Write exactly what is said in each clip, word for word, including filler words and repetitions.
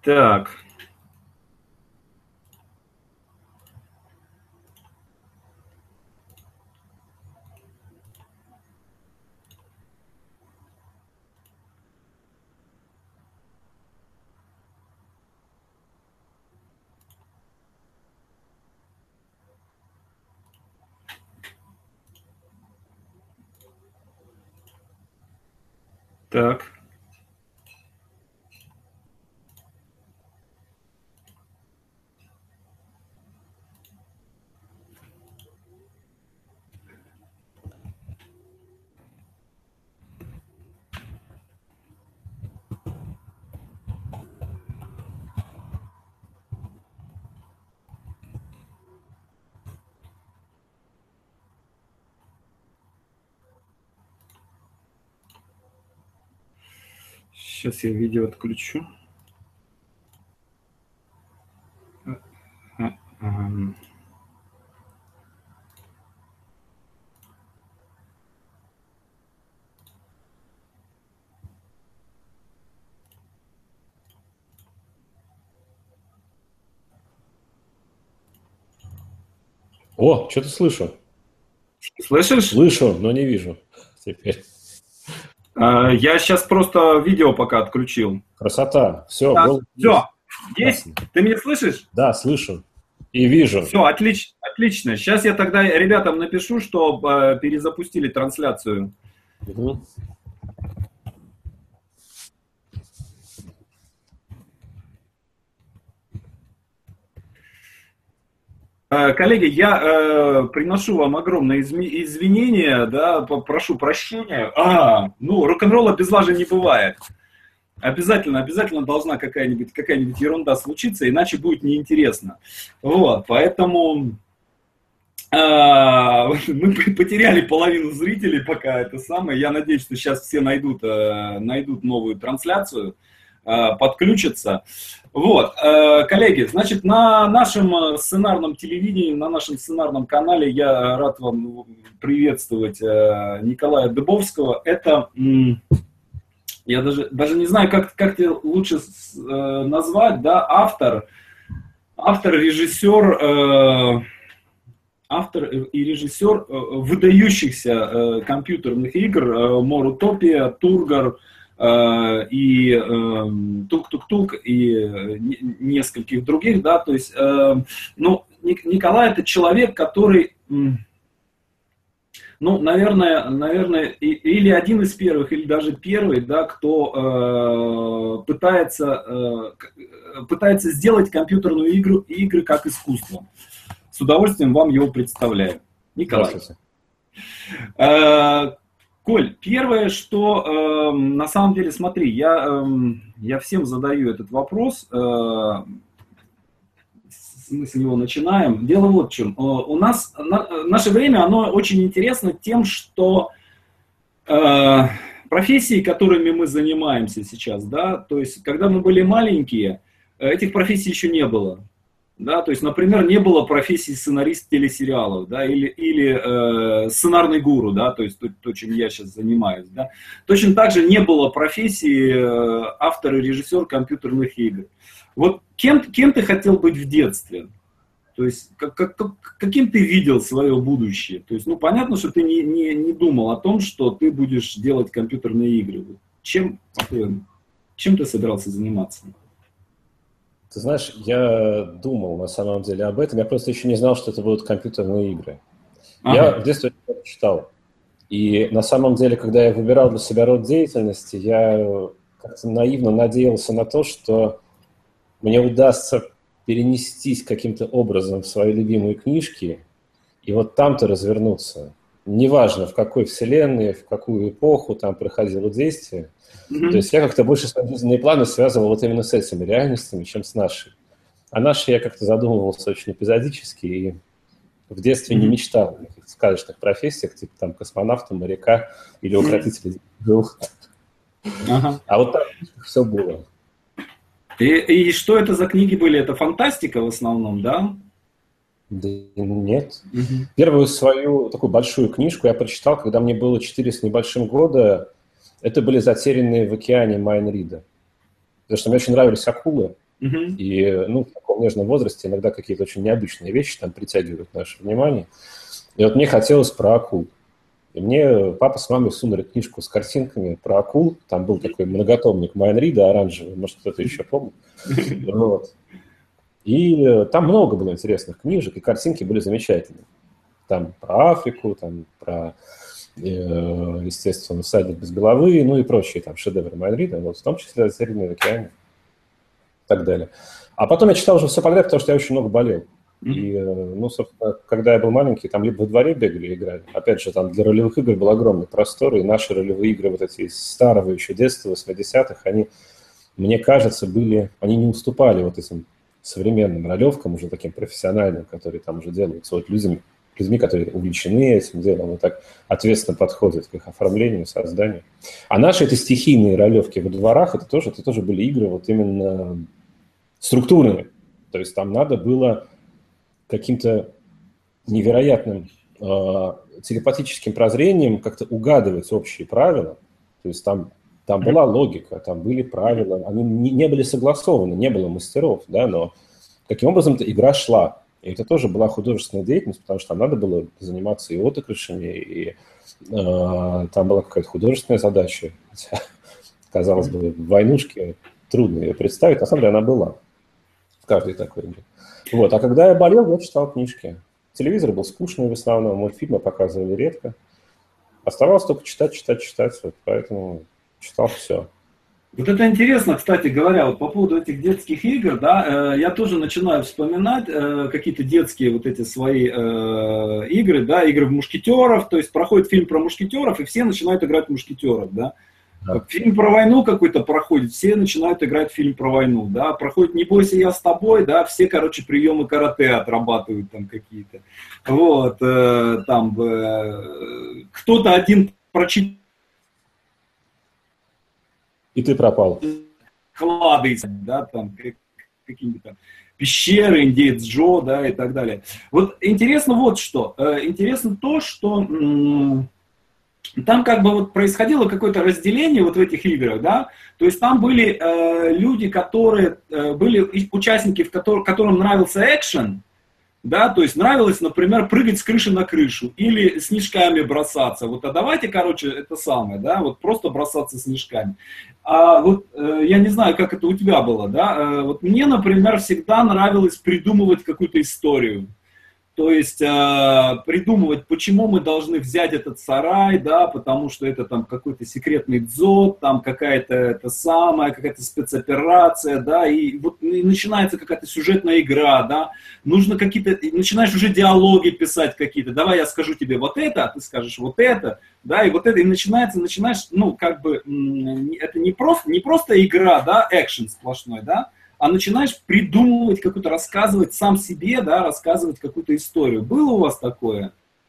Так. Так. Сейчас я видео отключу. О, что-то слышу. Слышишь? Слышу, но не вижу теперь. Я сейчас просто видео пока отключил. Красота. Все, так, был... все. Есть? Ты меня слышишь? Да, слышу. И вижу. Все, отлично, отлично. Сейчас я тогда ребятам напишу, что э, перезапустили трансляцию. Угу. Коллеги, я э, приношу вам огромное извинения, да, прошу прощения. А, ну, рок-н-ролла без лажи не бывает. Обязательно, обязательно должна какая-нибудь какая-нибудь ерунда случиться, иначе будет неинтересно. Вот, поэтому э, мы потеряли половину зрителей пока это самое. Я надеюсь, что сейчас все найдут, э, найдут новую трансляцию, э, подключатся. Вот, э, коллеги, значит, на нашем сценарном телевидении, на нашем сценарном канале я рад вам приветствовать э, Николая Дыбовского. Это, м, я даже, даже не знаю, как, как тебе лучше э, назвать, да, автор, автор, режиссер, э, автор и режиссер э, выдающихся э, компьютерных игр э, Мор Утопия, Тургор, и э, Тук-Тук-Тук, и э, нескольких других, да, то есть, э, ну, Николай это человек, который, ну, наверное, наверное, или один из первых, или даже первый, да, кто э, пытается, э, пытается сделать компьютерную игру, игры как искусство. С удовольствием вам его представляю. Николай. Коль, первое, что э, на самом деле, смотри, я, э, я всем задаю этот вопрос, э, мы с него начинаем. Дело вот в чем. Э, у нас, на, наше время, оно очень интересно тем, что э, профессии, которыми мы занимаемся сейчас, да, то есть, когда мы были маленькие, этих профессий еще не было. Да, то есть, например, не было профессии сценарист телесериалов, да, или, или э, сценарный гуру, да, то есть то, то, чем я сейчас занимаюсь, да. Точно так же не было профессии э, автор и режиссер компьютерных игр. Вот кем, кем ты хотел быть в детстве? То есть как, как, каким ты видел свое будущее? То есть, ну, понятно, что ты не, не, не думал о том, что ты будешь делать компьютерные игры. Чем, чем ты собирался заниматься? Ты знаешь, я думал на самом деле об этом, я просто еще не знал, что это будут компьютерные игры. Ага. Я в детстве читал. И на самом деле, когда я выбирал для себя род деятельности, я как-то наивно надеялся на то, что мне удастся перенестись каким-то образом в свои любимые книжки и вот там-то развернуться. Неважно, в какой вселенной, в какую эпоху там проходило действие. Mm-hmm. То есть я как-то больше свои жизненные планы связывал вот именно с этими реальностями, чем с нашей. А нашей я как-то задумывался очень эпизодически и в детстве mm-hmm. не мечтал о каких-то сказочных профессиях, типа там космонавта, моряка или укротителя живых. Mm-hmm. А вот так все было. И, и что это за книги были? Это фантастика в основном, да? Да нет. Mm-hmm. Первую свою такую большую книжку я прочитал, когда мне было четыре с небольшим года. Это были «Затерянные в океане» Майн Рида. Потому что мне очень нравились акулы. Uh-huh. И, ну, в таком нежном возрасте иногда какие-то очень необычные вещи там притягивают наше внимание. И вот мне хотелось про акул. И мне папа с мамой сунули книжку с картинками про акул. Там был такой многотомник Майн Рида оранжевый, может, кто-то еще помнит. Вот. И там много было интересных книжек, и картинки были замечательные. Там про Африку, там про, естественно, «Всадник без головы», ну и прочие там шедевры Майн Рида, вот, в том числе «Затерянные в океане» и так далее. А потом я читал уже все подряд, потому что я очень много болел. И, ну, собственно, когда я был маленький, там либо во дворе бегали и играли. Опять же, там для ролевых игр был огромный простор, и наши ролевые игры, вот эти из старого еще детства, восьмидесятых, они, мне кажется, были, они не уступали вот этим современным ролевкам, уже таким профессиональным, которые там уже делаются вот людьми, людьми, которые увлечены этим делом и так ответственно подходят к их оформлению, созданию. А наши это стихийные ролевки во дворах, это тоже, это тоже были игры вот именно структурные. То есть там надо было каким-то невероятным э, телепатическим прозрением как-то угадывать общие правила. То есть там, там была логика, там были правила, они не, не были согласованы, не было мастеров, да, но каким образом-то игра шла. И это тоже была художественная деятельность, потому что там надо было заниматься и отыгрышами, и э, там была какая-то художественная задача. Хотя, казалось бы, в войнушке трудно ее представить, на самом деле она была в каждой такой игре. Вот. А когда я болел, я читал книжки. Телевизор был скучный в основном, мультфильмы показывали редко. Оставалось только читать, читать, читать. Вот, поэтому читал все. Вот это интересно, кстати говоря, вот по поводу этих детских игр, да, э, я тоже начинаю вспоминать э, какие-то детские вот эти свои э, игры, да, игры в мушкетеров, то есть проходит фильм про мушкетеров, и все начинают играть в мушкетеров, да. Да. Фильм про войну какой-то проходит, все начинают играть в фильм про войну, да, проходит «Не бойся, я с тобой», да, все, короче, приемы карате отрабатывают там какие-то, вот, э, там, э, кто-то один прочитал. И ты пропал. Клады, да, там, какие-то там пещеры, индеец Джо, да, и так далее. Вот интересно вот что, э, интересно то, что... М- Там как бы вот происходило какое-то разделение вот в этих играх, да, то есть там были э, люди, которые, э, были участники, в котор- которым нравился экшен, да, то есть нравилось, например, прыгать с крыши на крышу или снежками бросаться, вот, а давайте, короче, это самое, да, вот просто бросаться снежками. А вот э, я не знаю, как это у тебя было, да, э, вот мне, например, всегда нравилось придумывать какую-то историю. То есть э, придумывать, почему мы должны взять этот сарай, да, потому что это там какой-то секретный дзот, там какая-то это самая, какая-то спецоперация, да, и вот и начинается какая-то сюжетная игра, да, нужно какие-то, начинаешь уже диалоги писать какие-то, давай я скажу тебе вот это, а ты скажешь вот это, да, и вот это, и начинается, начинаешь, ну, как бы, это не просто, не просто игра, да, экшен сплошной, да, а начинаешь придумывать какую-то, рассказывать сам себе, да, рассказывать какую-то историю. Было у вас такое?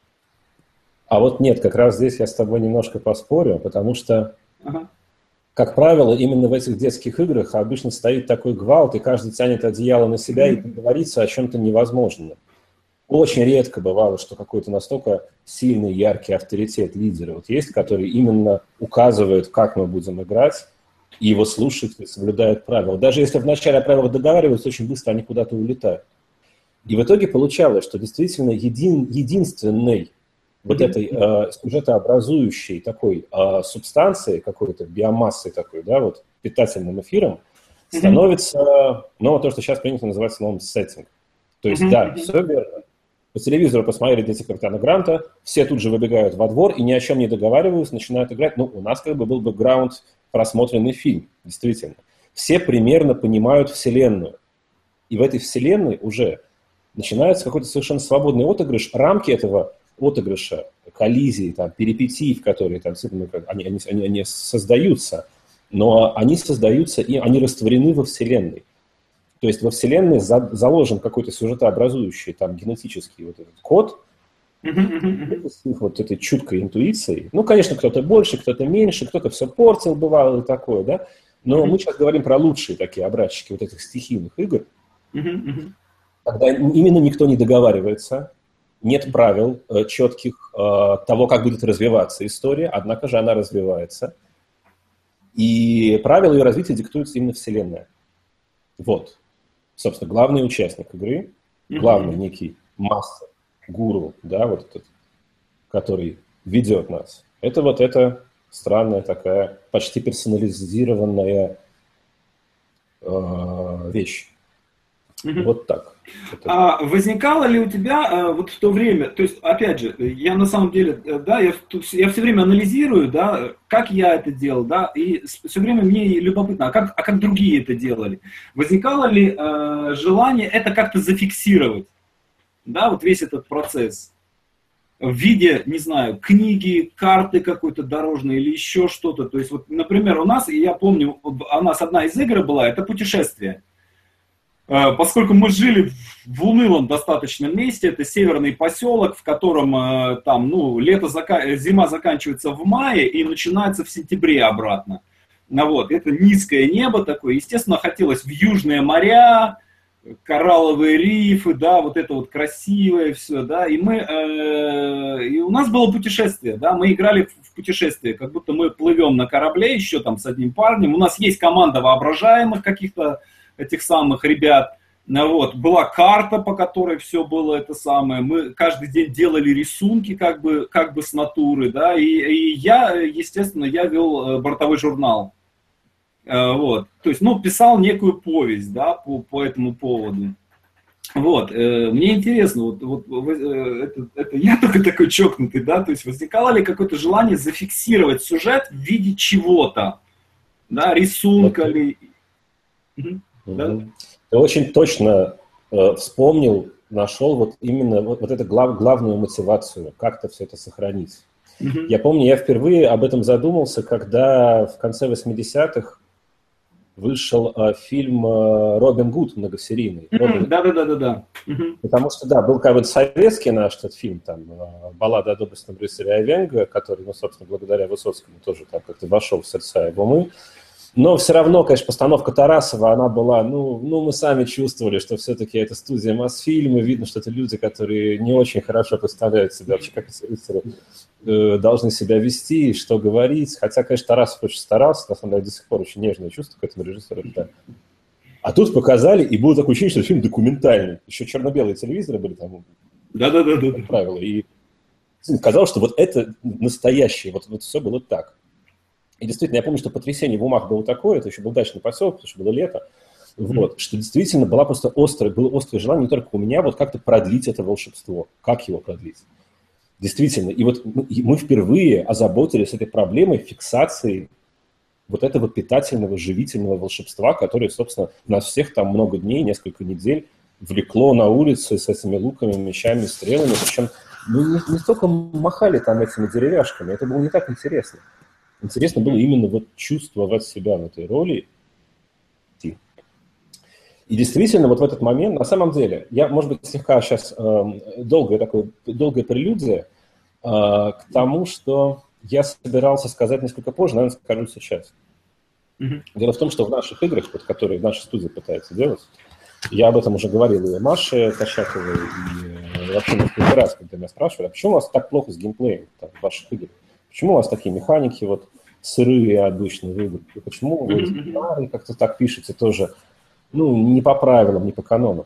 А вот нет, как раз здесь я с тобой немножко поспорю, потому что, ага. как правило, именно в этих детских играх обычно стоит такой гвалт, и каждый тянет одеяло на себя, и договориться о чем-то невозможно. Очень редко бывало, что какой-то настолько сильный, яркий авторитет лидера вот есть, который именно указывает, как мы будем играть, и его слушают и соблюдают правила. Даже если вначале о правилах договариваются, очень быстро они куда-то улетают. И в итоге получалось, что действительно един, единственной вот mm-hmm. этой э, сюжетообразующей такой э, субстанцией, какой-то биомассой такой, да, вот питательным эфиром, mm-hmm. становится, ну, то, что сейчас принято называть словом сеттинг. То есть, mm-hmm. да, все верно. По телевизору посмотрели «Дети капитана Гранта», все тут же выбегают во двор и ни о чем не договариваются, начинают играть. Ну, у нас как бы был бэкграунд просмотренный фильм, действительно. Все примерно понимают вселенную. И в этой вселенной уже начинается какой-то совершенно свободный отыгрыш. Рамки этого отыгрыша, коллизии, там, перипетий, в которые там, они, они, они, они создаются, но они создаются и они растворены во вселенной. То есть во вселенной за, заложен какой-то сюжетообразующий там генетический вот этот код, Mm-hmm. с их вот этой чуткой интуицией. Ну, конечно, кто-то больше, кто-то меньше, кто-то все портил, бывало и такое, да. Но mm-hmm. мы сейчас говорим про лучшие такие образчики вот этих стихийных игр, mm-hmm. когда именно никто не договаривается, нет правил э, четких э, того, как будет развиваться история, однако же она развивается. И правила ее развития диктуются именно Вселенная. Вот. собственно, главный участник игры, главный некий мастер, гуру, да, вот этот, который ведет нас. Это вот эта странная такая, почти персонализированная э, вещь. Mm-hmm. Вот так. А возникало ли у тебя а, вот в то время, то есть, опять же, я на самом деле, да, я, я все время анализирую, да, как я это делал, да, и все время мне любопытно, а как, а как другие это делали? Возникало ли а, желание это как-то зафиксировать, да, вот весь этот процесс? В виде, не знаю, книги, карты какой-то дорожной или еще что-то. То есть, вот, например, у нас, я помню, у нас одна из игр была, это путешествие. Поскольку мы жили в унылом достаточном месте, это северный поселок, в котором там, ну, лето, зака... зима заканчивается в мае и начинается в сентябре обратно. Ну, вот, это низкое небо такое. Естественно, хотелось в южные моря, коралловые рифы, да, вот это вот красивое все, да, и мы, э, и у нас было путешествие, да, мы играли в путешествие, как будто мы плывем на корабле еще там с одним парнем, у нас есть команда воображаемых каких-то этих самых ребят, ну, вот, была карта, по которой все было это самое, мы каждый день делали рисунки как бы, как бы с натуры, да, и, и я, естественно, я вел бортовой журнал. Вот, то есть, ну, писал некую повесть, да, по, по этому поводу. Вот, э, мне интересно, вот, вот э, это, это я только такой чокнутый, да, то есть возникало ли какое-то желание зафиксировать сюжет в виде чего-то, да, рисунка вот. Ли. Угу. Да? Ты очень точно э, вспомнил, нашел вот именно вот, вот эту глав, главную мотивацию, как-то все это сохранить. Угу. Я помню, я впервые об этом задумался, когда в конце восьмидесятых вышел э, фильм э, «Робин Гуд» многосерийный. Mm-hmm. Да-да-да-да. Mm-hmm. Потому что, да, был как бы советский наш этот фильм, там, э, «Баллада о доблестном рыцаре Айвенго», который, ну, собственно, благодаря Высоцкому тоже там как-то вошел в сердца и в умы. Но все равно, конечно, постановка Тарасова, она была, ну, ну, мы сами чувствовали, что все-таки это студия Мосфильм, и видно, что это люди, которые не очень хорошо представляют себя вообще, как эти рыцари э, должны себя вести, и что говорить. Хотя, конечно, Тарасов очень старался, на самом деле, до сих пор очень нежное чувство к этому режиссеру. Да. А тут показали, и было такое ощущение, что фильм документальный. Еще черно-белые телевизоры были там, да-да-да, как правило. И казалось, что вот это настоящее, вот, вот все было так. И действительно, я помню, что потрясение в умах было такое, это еще был дачный поселок, потому что было лето, mm-hmm. вот, что действительно было просто острое, было острое желание не только у меня вот как-то продлить это волшебство. Как его продлить? Действительно. И вот мы впервые озаботились этой проблемой фиксации вот этого питательного, живительного волшебства, которое, собственно, нас всех там много дней, несколько недель влекло на улице с этими луками, мечами, стрелами. Причем мы не, не только махали там этими деревяшками, это было не так интересно. Интересно было именно вот чувствовать себя в этой роли. И действительно, вот в этот момент, на самом деле, я, может быть, слегка сейчас э, долгая, такая, долгая прелюдия э, к тому, что я собирался сказать несколько позже, наверное, скажу сейчас. Mm-hmm. Дело в том, что в наших играх, вот, которые наша студия пытается делать, я об этом уже говорил и Маше Кощаковой, и вообще несколько раз, когда меня спрашивали, а почему у вас так плохо с геймплеем там, в ваших играх? Почему у вас такие механики вот сырые обычно в играх? Почему вы mm-hmm. как-то так пишете тоже, ну, не по правилам, не по канонам?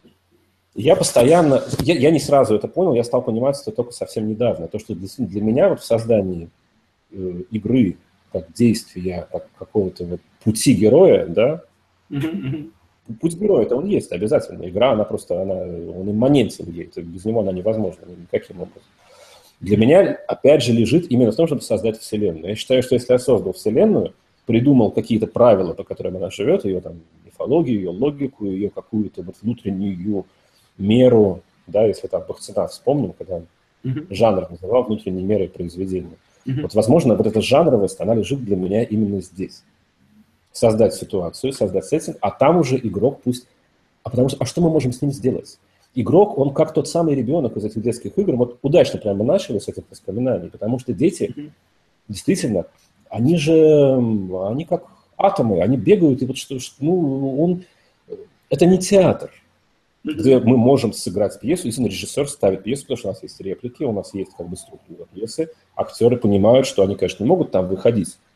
Я постоянно, я, я не сразу это понял, я стал понимать это только совсем недавно. То, что для, для меня вот в создании э, игры, как действия, как какого-то вот пути героя, да, mm-hmm. путь героя, это он есть обязательно. Игра, она просто, она, он имманентен ей, без него она невозможна никаким образом. Для меня, опять же, лежит именно в том, чтобы создать вселенную. Я считаю, что если я создал вселенную, придумал какие-то правила, по которым она живет, ее там мифологию, ее логику, ее какую-то вот внутреннюю меру, да, если там Бахтина вспомним, когда он mm-hmm. жанр называл внутренней мерой произведения. Mm-hmm. Вот, возможно, вот эта жанровость, она лежит для меня именно здесь. Создать ситуацию, создать сеттинг, а там уже игрок пусть... А потому что, а что мы можем с ним сделать? Игрок, он как тот самый ребенок из этих детских игр, вот удачно прямо начали с этих воспоминаний, потому что дети, mm-hmm. действительно, они же, они как атомы, они бегают, и вот что, ну, он, это не театр, mm-hmm. где мы можем сыграть пьесу, если режиссер ставит пьесу, потому что у нас есть реплики, у нас есть как бы структура пьесы, актеры понимают, что они, конечно, не могут там выходить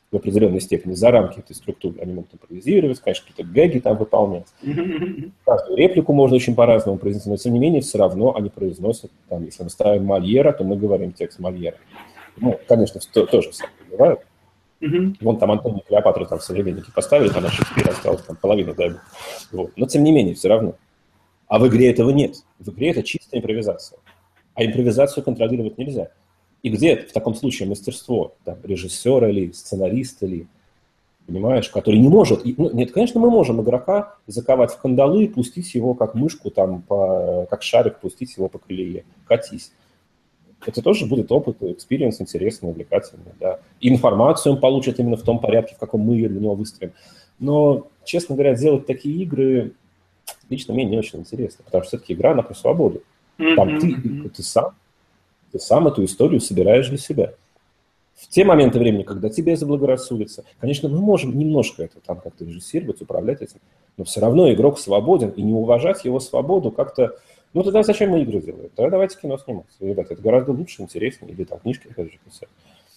в определенной степени за рамки этой структуры. Они могут импровизировать, конечно, какие-то гэги там выполнять. Каждую реплику можно очень по-разному произнести, но тем не менее все равно они произносят, там, если мы ставим Мольера, то мы говорим текст Мольера. Ну, конечно, то, тоже самое бывает. Вон там Антоний Клеопатру там современники поставили, там на Шекспира осталось там половина, дай бог. Вот. Но тем не менее, все равно. А в игре этого нет. В игре это чистая импровизация. А импровизацию контролировать нельзя. И где в таком случае мастерство? Там, режиссера или сценариста ли, понимаешь, который не может... Ну, нет, конечно, мы можем игрока заковать в кандалы и пустить его как мышку, там, по, как шарик, пустить его по колее. Катись. Это тоже будет опыт, экспириенс интересный, увлекательный. Да. И информацию он получит именно в том порядке, в каком мы для него выстроим. Но, честно говоря, делать такие игры лично мне не очень интересно, потому что все-таки игра, она про свободу. Там mm-hmm. ты, ты, сам, ты сам эту историю собираешь для себя. В те моменты времени, когда тебе заблагорассудится, конечно, мы можем немножко это там как-то режиссировать, управлять этим, но все равно игрок свободен, и не уважать его свободу как-то... Ну, тогда зачем мы игры делаем? Тогда давайте кино снимать. Ребята, это гораздо лучше, интереснее, или там книжки, опять же, писать.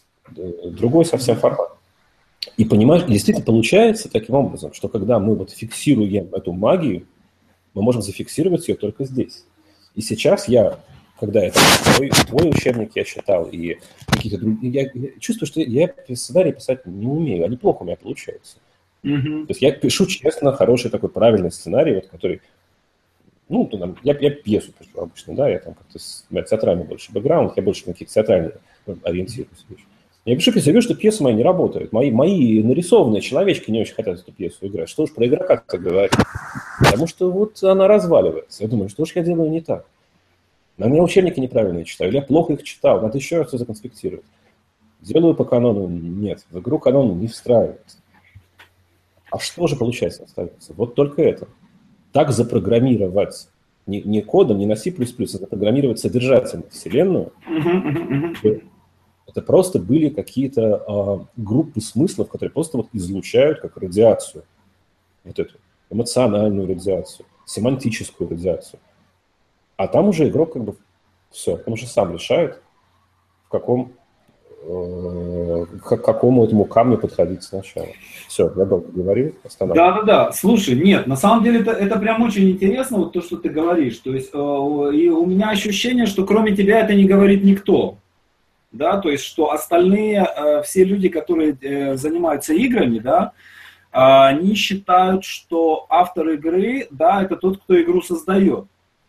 Другой совсем формат. И понимаешь, действительно получается таким образом, что когда мы вот фиксируем эту магию, мы можем зафиксировать ее только здесь. И сейчас я, когда это твой, твой учебник я читал, и какие-то другие, я, я чувствую, что я сценарий писать не умею, они плохо у меня получаются. Mm-hmm. То есть я пишу честно, хороший такой правильный сценарий, вот, который, ну, там, я, я пьесу пишу обычно, да, я там как-то театральный больше бэкграунд, я больше на какие-то театральные ориентируюсь. Я пишу пьесу, я вижу, что пьесы мои не работают. Мои, мои нарисованные человечки не очень хотят эту пьесу играть. Что уж про игрока как-то говорить. Потому что вот она разваливается. Я думаю, что ж я делаю не так? На меня учебники неправильно читаю. Или я плохо их читал. Надо еще раз все законспектировать. Делаю по канону? Нет. В игру канон не встраивается. А что же получается остается? Вот только это. Так запрограммировать не, не кодом, не на C++, а запрограммировать содержательно вселенную. Это просто были какие-то а, группы смыслов, которые просто вот излучают как радиацию. Вот эту эмоциональную радиацию, семантическую радиацию. А там уже игрок как бы все, он уже сам решает, в каком, э, к какому этому камню подходить сначала. Все, я долго говорил, останавливаюсь. Да-да-да, слушай, нет, на самом деле это, это прям очень интересно, вот то, что ты говоришь. То есть э, и у меня ощущение, что кроме тебя это не говорит никто. Да, то есть, что остальные, э, все люди, которые э, занимаются играми, да, э, они считают, что автор игры, да, это тот, кто игру создает.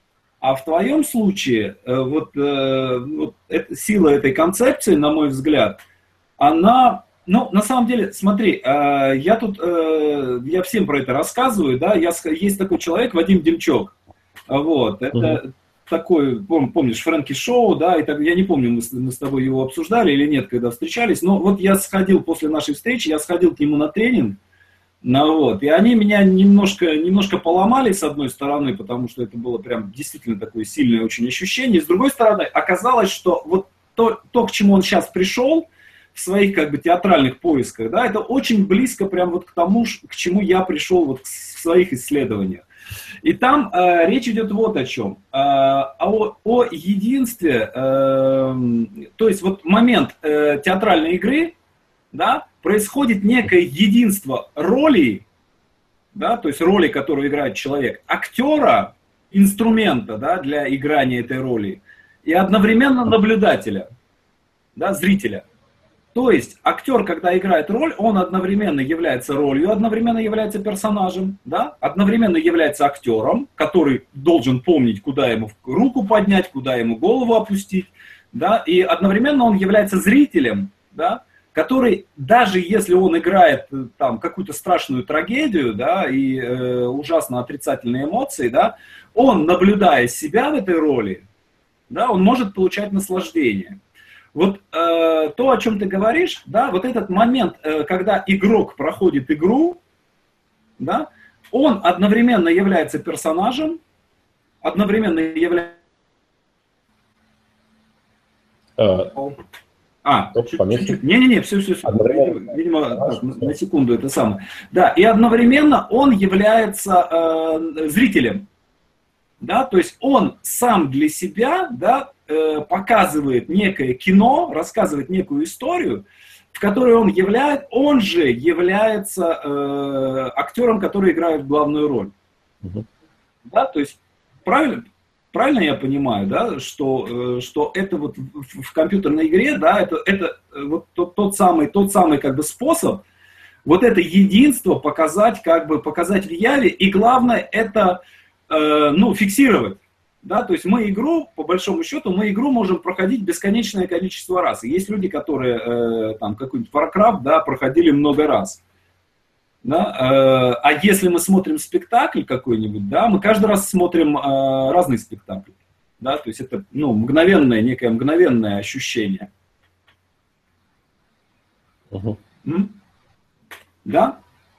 А в твоем случае, э, вот, э, вот это, сила этой концепции, на мой взгляд, она, ну, на самом деле, смотри, э, я тут, э, я всем про это рассказываю, да, я, есть такой человек, Вадим Демчок, вот, это... Uh-huh. Такой, помнишь, Фрэнки Шоу, да, и так, я не помню, мы с, мы с тобой его обсуждали или нет, когда встречались, но вот я сходил после нашей встречи, я сходил к нему на тренинг, ну, вот, и они меня немножко, немножко поломали с одной стороны, потому что это было прям действительно такое сильное очень ощущение, с другой стороны, оказалось, что вот то, то к чему он сейчас пришел, в своих как бы театральных поисках, да, это очень близко прям вот к тому, к чему я пришел вот в своих исследованиях. И там э, речь идет вот о чем. Э, о, о единстве, э, то есть вот момент э, театральной игры, да, происходит некое единство ролей, да, то есть роли, которую играет человек, актера, инструмента, да, для играния этой роли, и одновременно наблюдателя, да, зрителя. То есть актер, когда играет роль, он одновременно является ролью, одновременно является персонажем, да? Одновременно является актером, который должен помнить, куда ему руку поднять, куда ему голову опустить, да? И одновременно он является зрителем, да? Который, даже если он играет там какую-то страшную трагедию, да, и э, ужасно отрицательные эмоции, да, он, наблюдая себя в этой роли, да, он может получать наслаждение. Вот э, то, о чем ты говоришь, да, вот этот момент, э, когда игрок проходит игру, да, он одновременно является персонажем, одновременно является... Uh, а, чуть-чуть. Не-не-не, все-все-все. Видимо, видимо на секунду это самое. Да, и одновременно он является э, зрителем. Да, то есть он сам для себя, да, показывает некое кино, рассказывает некую историю, в которой он являет, он же является э, актером, который играет главную роль. Угу. Да, то есть правильно, правильно я понимаю, да, что, э, что это вот в, в компьютерной игре, да, это, это вот тот, тот самый, тот самый как бы способ, вот это единство показать, как бы показать в яве, и главное это, э, ну, фиксировать. Да, то есть мы игру, по большому счету, мы игру можем проходить бесконечное количество раз. И есть люди, которые э, там какой-нибудь Warcraft, да, проходили много раз. Да, э, а если мы смотрим спектакль какой-нибудь, да, мы каждый раз смотрим э, разный спектакль. Да, то есть это, ну, мгновенное, некое мгновенное ощущение. Угу. М? Да?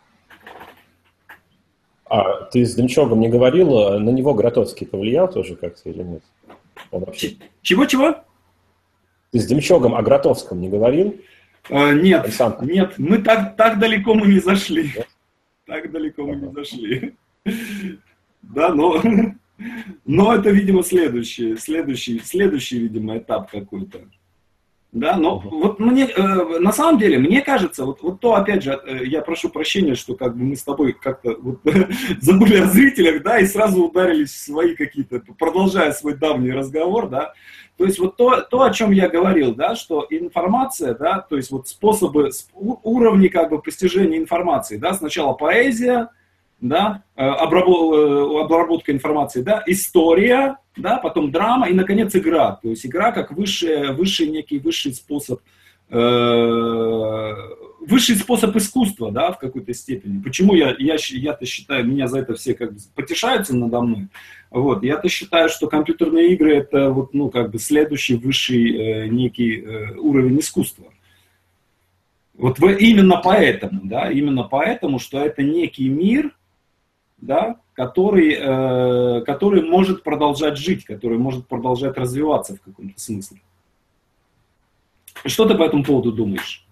А ты с Демчогом не говорил, на него Гротовский повлиял тоже как-то или нет? Вообще... Чего-чего? Ты с Демчогом о Гротовском не говорил? А, нет, Александр. Нет, мы так, так далеко мы не зашли. Нет? Так далеко мы ага. не зашли. Да, но, но это, видимо, следующий, следующий, следующий, видимо, этап какой-то. Да, но uh-huh. вот мне, э, на самом деле, мне кажется, вот, вот то, опять же, э, я прошу прощения, что как бы мы с тобой как-то вот, забыли о зрителях, да, и сразу ударились в свои какие-то, продолжая свой давний разговор, да, то есть вот то, то, о чем я говорил, да, что информация, да, то есть вот способы, уровни как бы постижения информации, да, сначала поэзия, да, обработка информации, да, история, да, потом драма и, наконец, игра. То есть игра как высший, высший некий высший способ, э, высший способ искусства, да, в какой-то степени. Почему я, я, я-то считаю, меня за это все как бы потешаются надо мной. Вот, я-то считаю, что компьютерные игры это вот, ну, как бы следующий высший э, некий э, уровень искусства. Вот в, именно поэтому, да, именно поэтому, что это некий мир, да, который, э, который может продолжать жить, который может продолжать развиваться в каком-то смысле. Что ты по этому поводу думаешь?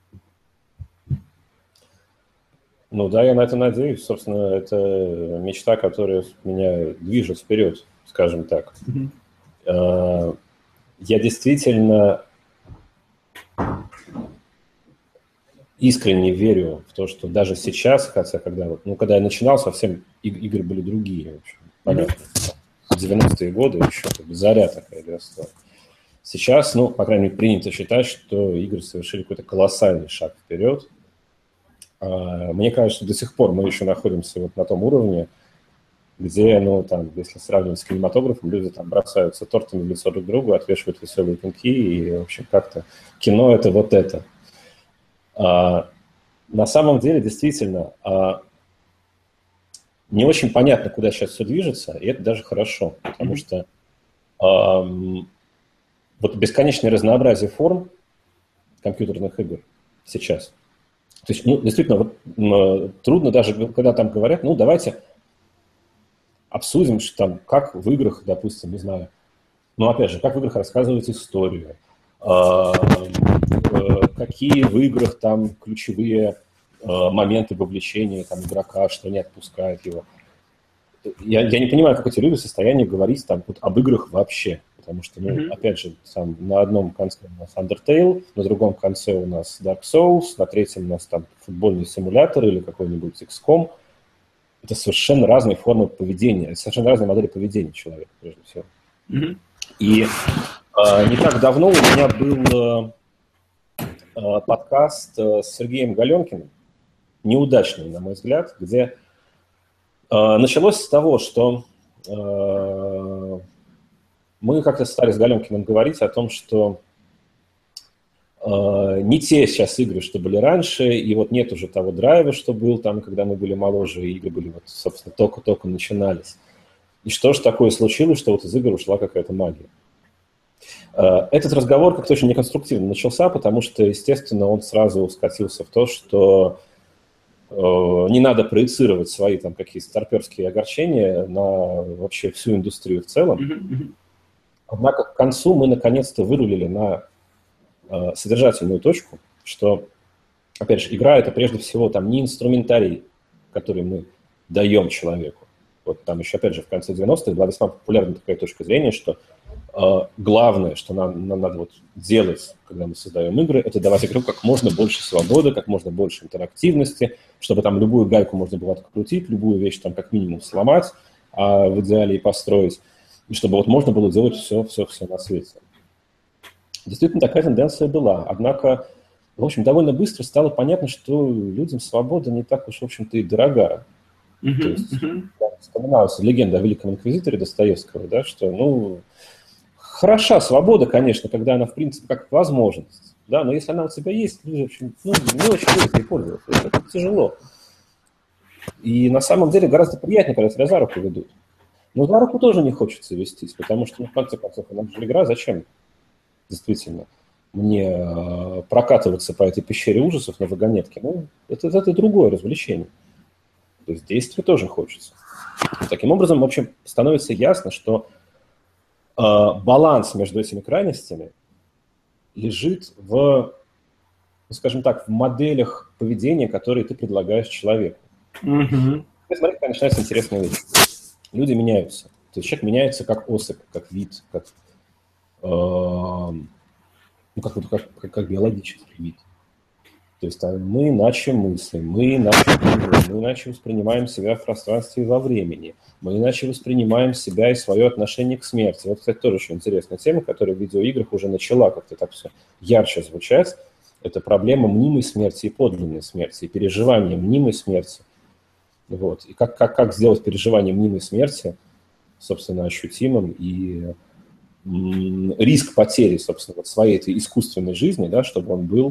Ну да, я на это надеюсь. Собственно, это мечта, которая меня движет вперед, скажем так. Mm-hmm. Я действительно искренне верю в то, что даже сейчас, хотя когда, ну, когда я начинал, совсем игры были другие. В общем, понятно. В девяностые годы еще как бы заря такая росла. Сейчас, ну, по крайней мере, принято считать, что игры совершили какой-то колоссальный шаг вперед. Мне кажется, до сих пор мы еще находимся вот на том уровне, где, ну, там, если сравнивать с кинематографом, люди там бросаются тортами в лицо друг другу, отвешивают веселые пинки, и, в общем, как-то кино – это вот это. А, на самом деле, действительно, а, не очень понятно, куда сейчас все движется, и это даже хорошо, потому mm-hmm. что а, вот бесконечное разнообразие форм компьютерных игр сейчас. То есть, ну, действительно, вот, ну, трудно даже, когда там говорят, ну, давайте обсудим, что там, как в играх, допустим, не знаю, ну, опять же, как в играх рассказывать историю, а, какие в играх там ключевые а, моменты вовлечения там, игрока, что не отпускает его. Я, я не понимаю, как эти люди в состоянии говорить там, вот, об играх вообще. Потому что, ну, mm-hmm. опять же, там, на одном конце у нас Undertale, на другом конце у нас Dark Souls, на третьем у нас там футбольный симулятор или какой-нибудь икс ком. Это совершенно разные формы поведения, совершенно разные модели поведения человека, прежде всего. Mm-hmm. И э, не так давно у меня был э, подкаст э, с Сергеем Галенкиным, неудачный, на мой взгляд, где э, началось с того, что э, мы как-то стали с Галенкиным говорить о том, что э, не те сейчас игры, что были раньше, и вот нет уже того драйва, что был там, когда мы были моложе, и игры были, вот, собственно, только-только начинались. И что же такое случилось, что вот из игр ушла какая-то магия. Э, этот разговор как-то очень неконструктивно начался, потому что, естественно, он сразу скатился в то, что э, не надо проецировать свои там какие-то старперские огорчения на вообще всю индустрию в целом. Mm-hmm. Однако к концу мы наконец-то вырулили на э, содержательную точку, что, опять же, игра – это прежде всего там не инструментарий, который мы даем человеку. Вот там еще, опять же, в конце девяностых была весьма популярна такая точка зрения, что э, главное, что нам, нам надо вот делать, когда мы создаем игры, это давать игру как можно больше свободы, как можно больше интерактивности, чтобы там любую гайку можно было открутить, любую вещь там как минимум сломать, а в идеале и построить, и чтобы вот можно было делать все, все, все на свете. Действительно, такая тенденция была. Однако, в общем, довольно быстро стало понятно, что людям свобода не так уж, в общем-то, и дорога. Uh-huh, То есть, uh-huh. вспоминалась легенда о великом инквизиторе Достоевского, да, что, ну, хороша свобода, конечно, когда она, в принципе, как возможность, да, но если она у тебя есть, люди, в общем, ну, не очень любят ей пользоваться, это тяжело. И на самом деле гораздо приятнее, когда тебя за руку ведут. Но за руку тоже не хочется вестись, потому что, ну, в конце концов, она же игра, зачем? Действительно, мне э, прокатываться по этой пещере ужасов на вагонетке, ну, это, это другое развлечение. То есть действия тоже хочется. И таким образом, в общем, становится ясно, что э, баланс между этими крайностями лежит в, ну, скажем так, в моделях поведения, которые ты предлагаешь человеку. Mm-hmm. И смотри, когда начинается интересная вещь. Люди меняются. То есть человек меняется как особь, как вид, как, э, ну, как, как, как, как биологический вид. То есть там, мы иначе мыслим, мы иначе думаем, мы иначе воспринимаем себя в пространстве и во времени, мы иначе воспринимаем себя и свое отношение к смерти. Вот, кстати, тоже очень интересная тема, которая в видеоиграх уже начала как-то так все ярче звучать. Это проблема мнимой смерти и подлинной смерти, и переживания мнимой смерти. Вот. И как, как, как сделать переживание мнимой смерти, собственно, ощутимым, и м- риск потери, собственно, вот своей этой искусственной жизни, да, чтобы он был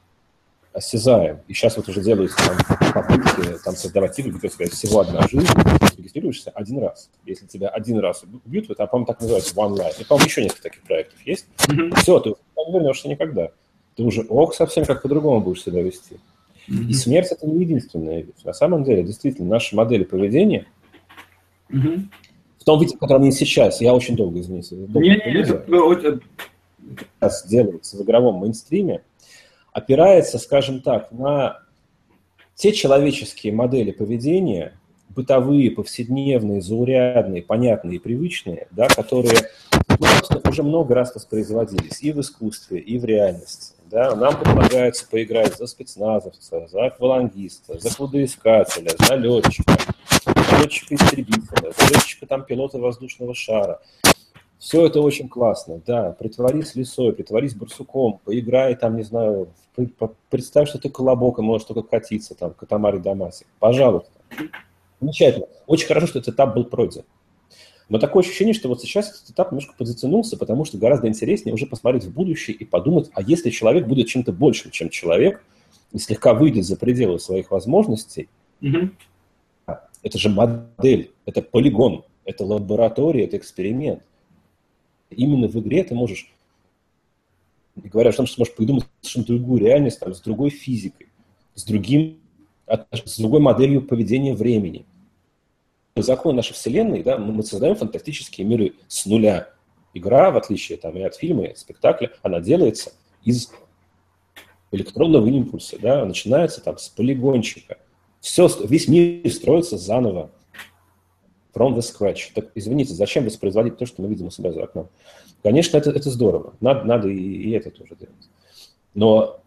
осязаем. И сейчас вот уже делаются там попытки там, создавать игры, где у тебя всего одна жизнь, ты регистрируешься один раз. Если тебя один раз убьют, это, по-моему, так называется One Life. И, по-моему, еще несколько таких проектов есть. Mm-hmm. Все, ты не вернешься никогда. Ты уже ок, совсем как по-другому будешь себя вести. Mm-hmm. И смерть – это не единственная вещь. На самом деле, действительно, наши модели поведения, mm-hmm. в том виде, в котором они сейчас, я очень долго, извините, долго не, не, это... сейчас делаются в игровом мейнстриме, опирается, скажем так, на те человеческие модели поведения, бытовые, повседневные, заурядные, понятные и привычные, да, которые, ну, собственно, уже много раз воспроизводились и в искусстве, и в реальности. Да. Нам предлагается поиграть за спецназовца, за аквалангиста, за кладоискателя, за летчика, за летчика-истребителя, за летчика там, пилота воздушного шара. Все это очень классно, да, притворись лисой, притворись барсуком, поиграй там, не знаю, представь, что ты колобок и можешь только катиться там, Катамари Дамаси. Пожалуйста. Замечательно. Очень хорошо, что этот этап был пройден. Но такое ощущение, что вот сейчас этот этап немножко подзатянулся, потому что гораздо интереснее уже посмотреть в будущее и подумать, а если человек будет чем-то большим, чем человек, и слегка выйдет за пределы своих возможностей, mm-hmm. это же модель, это полигон, это лаборатория, это эксперимент. Именно в игре ты можешь, говоря о том, что ты можешь придумать совершенно другую реальность, там, с другой физикой, с, другим, с другой моделью поведения времени. Закон нашей вселенной, да, мы создаем фантастические миры с нуля. Игра, в отличие там, и от фильма, и от спектакля, она делается из электронного импульса, да, начинается там с полигончика. Все, весь мир строится заново. From the scratch. Так, извините, зачем воспроизводить то, что мы видим у себя за окном? Конечно, это, это здорово. Надо, надо и, и это тоже делать. Но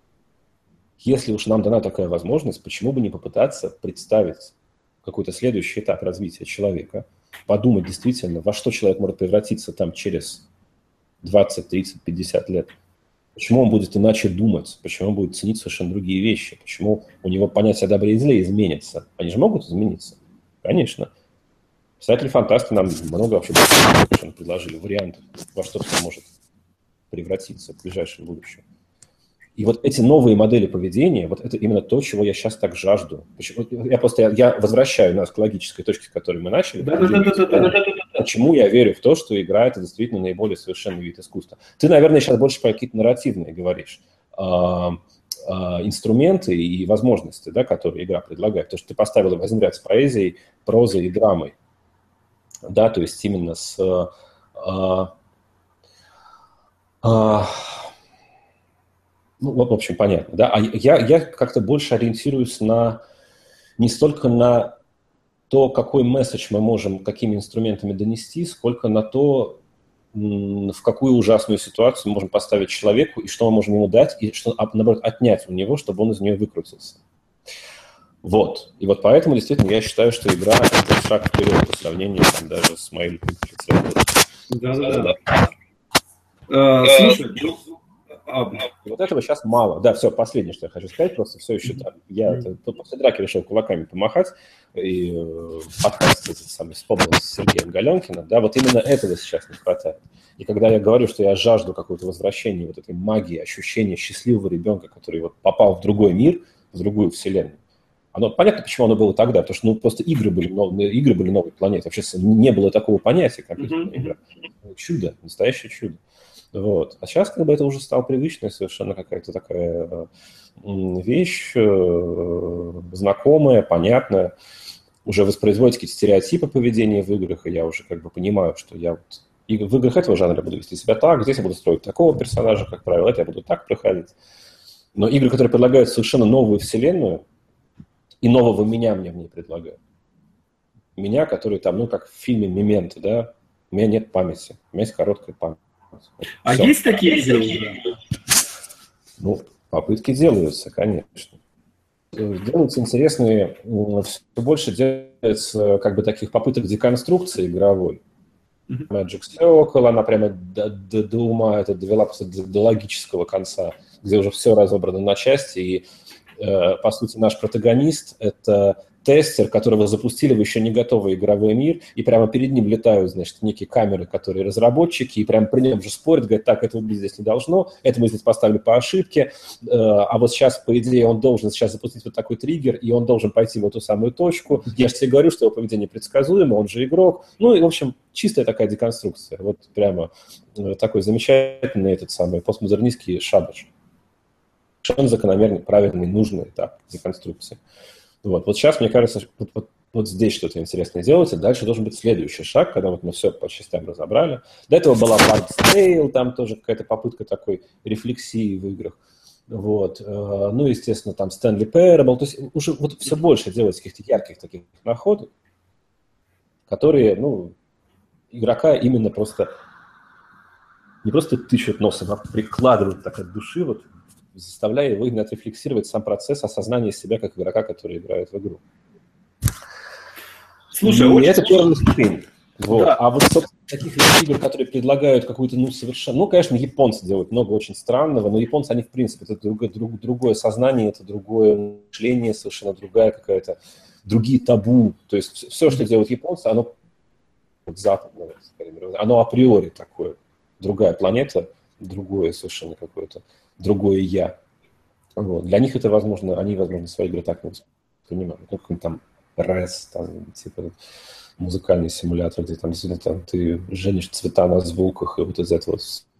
если уж нам дана такая возможность, почему бы не попытаться представить какой-то следующий этап развития человека, подумать действительно, во что человек может превратиться там через двадцать, тридцать, пятьдесят лет. Почему он будет иначе думать, почему он будет ценить совершенно другие вещи, почему у него понятие о добре и зле изменится. Они же могут измениться? Конечно. Писатели-фантасты нам много вообще предложили вариантов, во что это может превратиться в ближайшем будущем. И вот эти новые модели поведения, вот это именно то, чего я сейчас так жажду. Я просто я, я возвращаю нас к логической точке, с которой мы начали. Да, да, да, да, да, да. Почему я верю в то, что игра – это действительно наиболее совершенный вид искусства. Ты, наверное, сейчас больше про какие-то нарративные говоришь. А, а, инструменты и возможности, да, которые игра предлагает. То, что ты поставил в один ряд с поэзией, прозой и драмой. Да, то есть именно с... А, а, ну, в общем, понятно, да. А я, я как-то больше ориентируюсь на... Не столько на то, какой месседж мы можем какими инструментами донести, сколько на то, в какую ужасную ситуацию мы можем поставить человеку, и что мы можем ему дать, и что, наоборот, отнять у него, чтобы он из нее выкрутился. Вот. И вот поэтому, действительно, я считаю, что игра – это шаг вперед по сравнению там, даже с моим Да-да-да. Слушай, ну, а, вот этого сейчас мало. Да, все, последнее, что я хочу сказать, просто все еще так. Я mm-hmm. после драки решил кулаками помахать, и э, подкаст этот самый вспомнил с Сергеем Галенкиным, да, вот именно этого сейчас не хватает. И когда я говорю, что я жажду какого-то возвращения вот этой магии, ощущения счастливого ребенка, который вот попал в другой мир, в другую вселенную, оно, понятно, почему оно было тогда, потому что ну, просто игры были, новые, игры были новой планеты. Вообще не было такого понятия, как mm-hmm. игра. Чудо, настоящее чудо. Вот. А сейчас как бы это уже стало привычной совершенно какая-то такая вещь, знакомая, понятная. Уже воспроизводить какие-то стереотипы поведения в играх, и я уже как бы понимаю, что я вот и в играх этого жанра буду вести себя так, здесь я буду строить такого персонажа, как правило, это я буду так проходить. Но игры, которые предлагают совершенно новую вселенную, и нового меня мне в ней предлагают. Меня, который там, ну, как в фильме «Мементо», да, у меня нет памяти, у меня есть короткая память. А все. Есть такие игры? Ну, попытки делаются, конечно. Делаются интересные, все больше делается как бы таких попыток деконструкции игровой. Mm-hmm. Magic Circle, она прямо до, до, до ума это довела до, до логического конца, где уже все разобрано на части, и, э, по сути, наш протагонист — это тестер, которого запустили в еще не готовый игровой мир, и прямо перед ним летают, значит, некие камеры, которые разработчики, и прямо при нем же спорят, говорят, так, это выглядеть здесь не должно, это мы здесь поставили по ошибке, а вот сейчас, по идее, он должен сейчас запустить вот такой триггер, и он должен пойти в эту самую точку. Я же тебе говорю, что его поведение предсказуемо, он же игрок. Ну, и, в общем, чистая такая деконструкция. Вот прямо такой замечательный этот самый постмодернистский шабаш. Совершенно закономерный, правильный, нужный этап деконструкции. Вот, вот сейчас, мне кажется, вот, вот, вот здесь что-то интересное делается. Дальше должен быть следующий шаг, когда вот мы все по частям разобрали. До этого была Bard's Tale, там тоже какая-то попытка такой рефлексии в играх. Вот. Ну, естественно, там Stanley Parable. То есть уже вот все больше делается каких-то ярких таких находок, которые, ну, игрока именно просто не просто тычут носом, а прикладывают так от души, вот, заставляя его именно отрефлексировать сам процесс осознания себя как игрока, который играет в игру. Слушай, и это первая ступень. Вот. Да. А вот, собственно, таких игр, которые предлагают какую-то, ну, совершенно... Ну, конечно, японцы делают много очень странного, но японцы, они, в принципе, это другое, друг, другое сознание, это другое мышление, совершенно другая какая-то... Другие табу. То есть все, что делают японцы, оно западное, оно априори такое. Другая планета, другое совершенно какое-то... другое «я». Вот. Для них это возможно, они, возможно, свои игры так не воспринимают. Ну, какой-нибудь там рэс, там, типа музыкальный симулятор, где там действительно там, ты женишь цвета на звуках, и вот из этого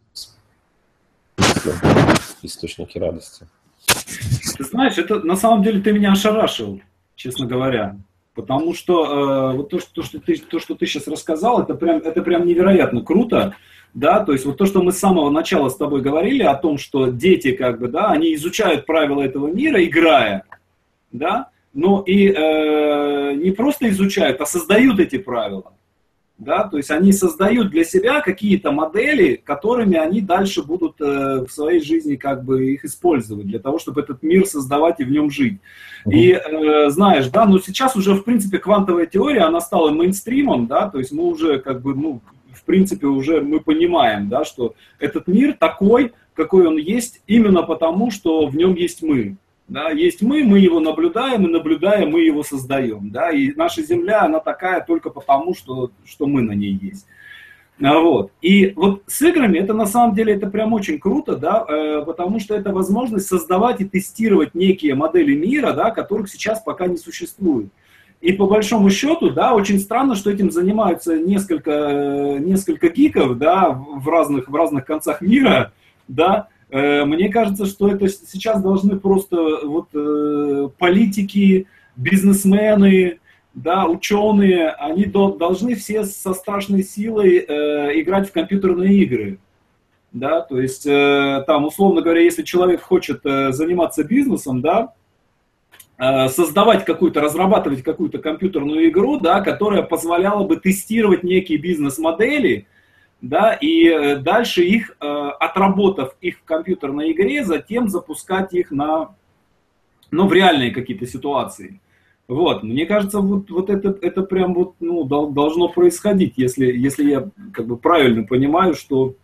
источники радости. Ты знаешь, это на самом деле ты меня ошарашил, честно говоря. Потому что э, вот то, что, то, что ты, то, что ты сейчас рассказал, это прям, это прям невероятно круто. Да, то есть вот то, что мы с самого начала с тобой говорили о том, что дети, как бы, да, они изучают правила этого мира, играя, да, но и э, не просто изучают, а создают эти правила, да, то есть они создают для себя какие-то модели, которыми они дальше будут э, в своей жизни, как бы, их использовать для того, чтобы этот мир создавать и в нем жить. Mm-hmm. И э, знаешь, да, ну сейчас уже, в принципе, квантовая теория, она стала мейнстримом, да, то есть мы уже, как бы, ну, в принципе, уже мы понимаем, да, что этот мир такой, какой он есть, именно потому, что в нем есть мы. Да, есть мы, мы его наблюдаем, и наблюдая, мы его создаем. Да, и наша Земля, она такая только потому, что, что мы на ней есть. Вот. И вот с играми это на самом деле это прям очень круто, да, э, потому что это возможность создавать и тестировать некие модели мира, да, которых сейчас пока не существует. И по большому счету, да, очень странно, что этим занимаются несколько, несколько гиков, да, в разных, в разных концах мира, да. Мне кажется, что это сейчас должны просто вот политики, бизнесмены, да, ученые, они должны все со страшной силой играть в компьютерные игры. Да, то есть, там, условно говоря, если человек хочет заниматься бизнесом, да, создавать какую-то, разрабатывать какую-то компьютерную игру, да, которая позволяла бы тестировать некие бизнес-модели, да, и дальше их, отработав их в компьютерной игре, затем запускать их на, ну, в реальные какие-то ситуации. Вот, мне кажется, вот, вот это, это прям вот, ну, должно происходить, если, если я как бы правильно понимаю, что...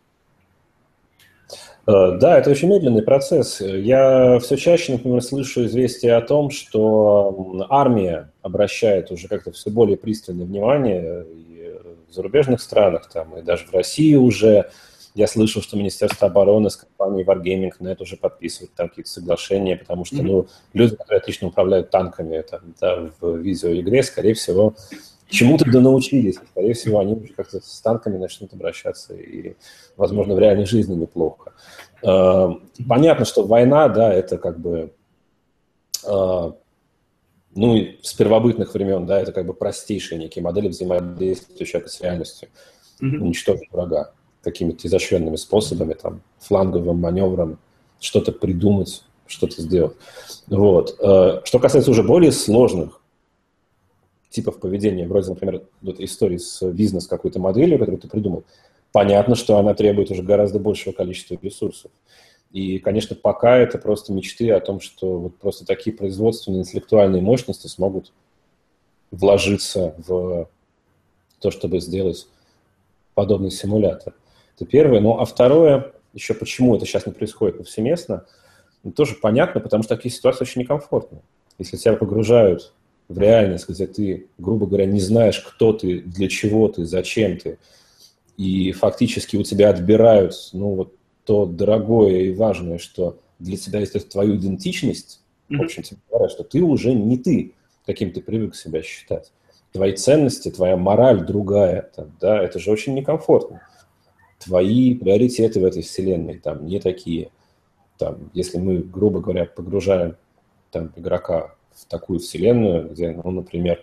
Да, это очень медленный процесс. Я все чаще, например, слышу известия о том, что армия обращает уже как-то все более пристальное внимание и в зарубежных странах, там, и даже в России уже. Я слышал, что Министерство обороны с компанией Wargaming .нет уже подписывает там какие-то соглашения, потому что, ну, люди, которые отлично управляют танками там, да, в видеоигре, скорее всего, чему-то да научились. Скорее всего, они уже как-то с танками начнут обращаться, и, возможно, в реальной жизни неплохо. Понятно, что война, да, это как бы, ну, с первобытных времен, да, это как бы простейшие некие модели взаимодействия человека с реальностью, уничтожить врага какими-то изощренными способами, там, фланговым маневром, что-то придумать, что-то сделать. Вот. Что касается уже более сложных типов поведения, вроде, например, вот истории с бизнес какой-то моделью, которую ты придумал, понятно, что она требует уже гораздо большего количества ресурсов. И, конечно, пока это просто мечты о том, что вот просто такие производственные интеллектуальные мощности смогут вложиться в то, чтобы сделать подобный симулятор. Это первое. Ну, а второе, еще почему это сейчас не происходит повсеместно, тоже понятно, потому что такие ситуации очень некомфортны. Если тебя погружают в реальность, где ты, грубо говоря, не знаешь, кто ты, для чего ты, зачем ты, и фактически у тебя отбирают, ну, вот то дорогое и важное, что для тебя есть твою идентичность, mm-hmm. в общем, тебе говорят, что ты уже не ты, каким ты привык себя считать. Твои ценности, твоя мораль другая, там, да, это же очень некомфортно. Твои приоритеты в этой вселенной там не такие. Там, если мы, грубо говоря, погружаем там, игрока в такую вселенную, где, ну, например,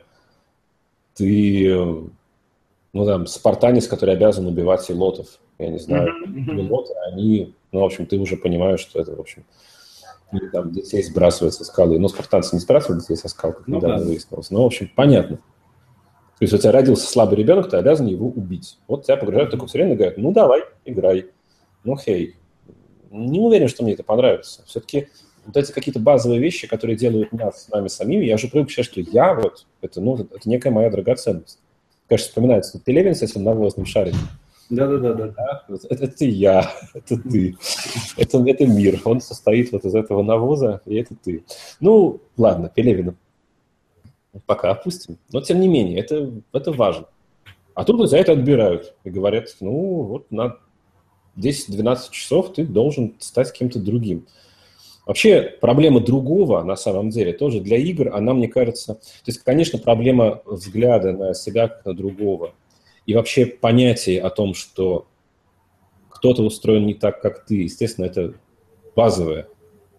ты, ну, там, спартанец, который обязан убивать илотов, я не знаю, mm-hmm. илоты, они, ну, в общем, ты уже понимаешь, что это, в общем, и, там, детей сбрасывают со скалы. Ну, спартанцы не сбрасывают детей со скал, как ну, недавно да. выяснилось, но, в общем, понятно. То есть у тебя родился слабый ребенок, ты обязан его убить. Вот тебя погружают в такую вселенную и говорят, ну, давай, играй. Ну, хей. Не уверен, что мне это понравится. Все-таки вот эти какие-то базовые вещи, которые делают нас с нами самими, я уже привык считать, что я вот, это, ну, это некая моя драгоценность. Конечно, вспоминается Пелевин с этим навозным шариком. Да-да-да. Это, это я, это ты. Это, это мир. Он состоит вот из этого навоза, и это ты. Ну, ладно, Пелевина пока опустим. Но, тем не менее, это, это важно. А тут за это отбирают и говорят, ну, вот на десять-двенадцать часов ты должен стать кем-то другим. Вообще, проблема другого, на самом деле, тоже для игр, она, мне кажется... То есть, конечно, проблема взгляда на себя как на другого. И вообще понятие о том, что кто-то устроен не так, как ты, естественно, это базовое,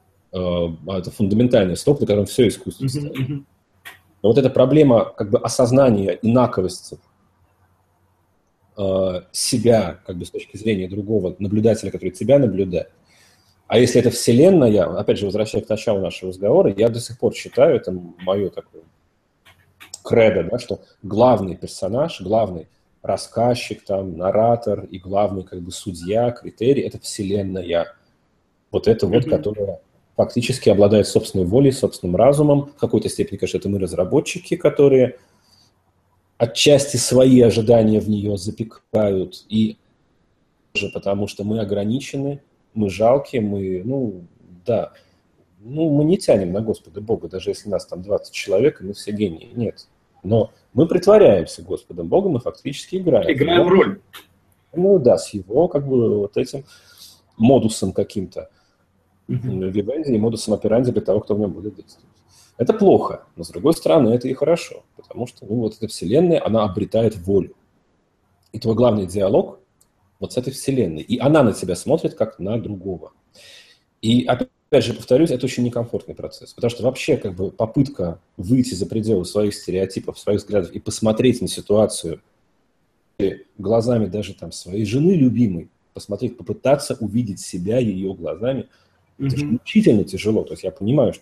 это фундаментальный столб, на котором все искусство стоит. Mm-hmm. Но вот эта проблема как бы осознания инаковости э, себя, как бы с точки зрения другого наблюдателя, который тебя наблюдает. А если это вселенная, опять же, возвращаясь к началу нашего разговора, я до сих пор считаю, это мое такое кредо, да, что главный персонаж, главный рассказчик, там, наратор и главный как бы судья, критерий – это вселенная. Вот это mm-hmm. вот, которая фактически обладает собственной волей, собственным разумом. В какой-то степени, конечно, это мы разработчики, которые отчасти свои ожидания в нее запекают, и же потому что мы ограничены, мы жалкие, мы, ну, да, ну, мы не тянем на Господа Бога, даже если нас там двадцать человек, и мы все гении. Нет. Но мы притворяемся Господом Богом и фактически играем. Играем его, роль. Ну да, с его как бы вот этим модусом каким-то. Вивенди и модусом операнди для того, кто в нем будет действовать. Это плохо, но с другой стороны, это и хорошо, потому что ну, вот эта вселенная, она обретает волю. И твой главный диалог вот с этой вселенной. И она на тебя смотрит как на другого. И опять же, повторюсь, это очень некомфортный процесс, потому что вообще как бы попытка выйти за пределы своих стереотипов, своих взглядов и посмотреть на ситуацию глазами даже там своей жены любимой, посмотреть, попытаться увидеть себя ее глазами, это mm-hmm. исключительно тяжело. То есть я понимаю, что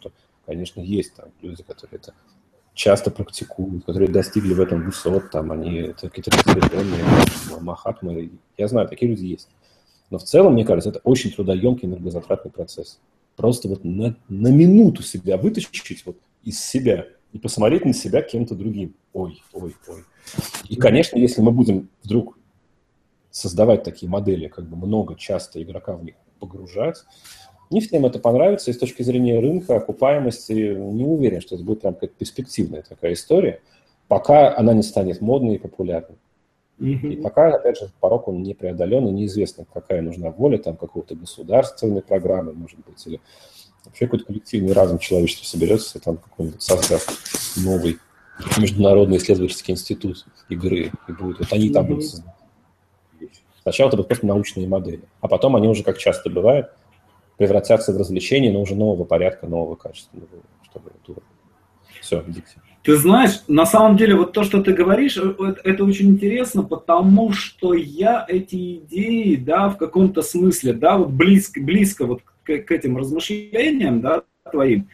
Конечно, есть там люди, которые это часто практикуют, которые достигли в этом высот, там они это какие-то просветленные, махатмы. Я знаю, такие люди есть. Но в целом, мне кажется, это очень трудоемкий, энергозатратный процесс. Просто вот на, на минуту себя вытащить вот из себя и посмотреть на себя кем-то другим. Ой, ой, ой. И, конечно, если мы будем вдруг создавать такие модели, как бы много, часто игрока в них погружать, не всем это понравится, и с точки зрения рынка, окупаемости, не уверен, что это будет прям какая-то перспективная такая история, пока она не станет модной и популярной. Mm-hmm. И пока, опять же, порог он не преодолен, и неизвестно, какая нужна воля там какого-то государственной программы, может быть, или вообще какой-то коллективный разум человечества соберется и там какой-нибудь создаст новый международный исследовательский институт игры, и будет, вот они mm-hmm. там будут создавать. Сначала это будут просто научные модели, а потом они уже, как часто бывает, превратятся в развлечения, но уже нового порядка, нового качества. Чтобы... Все, идите. Ты знаешь, на самом деле, вот то, что ты говоришь, это очень интересно, потому что я эти идеи, да, в каком-то смысле, да, вот близко, близко вот к, к этим размышлениям, да, твоим,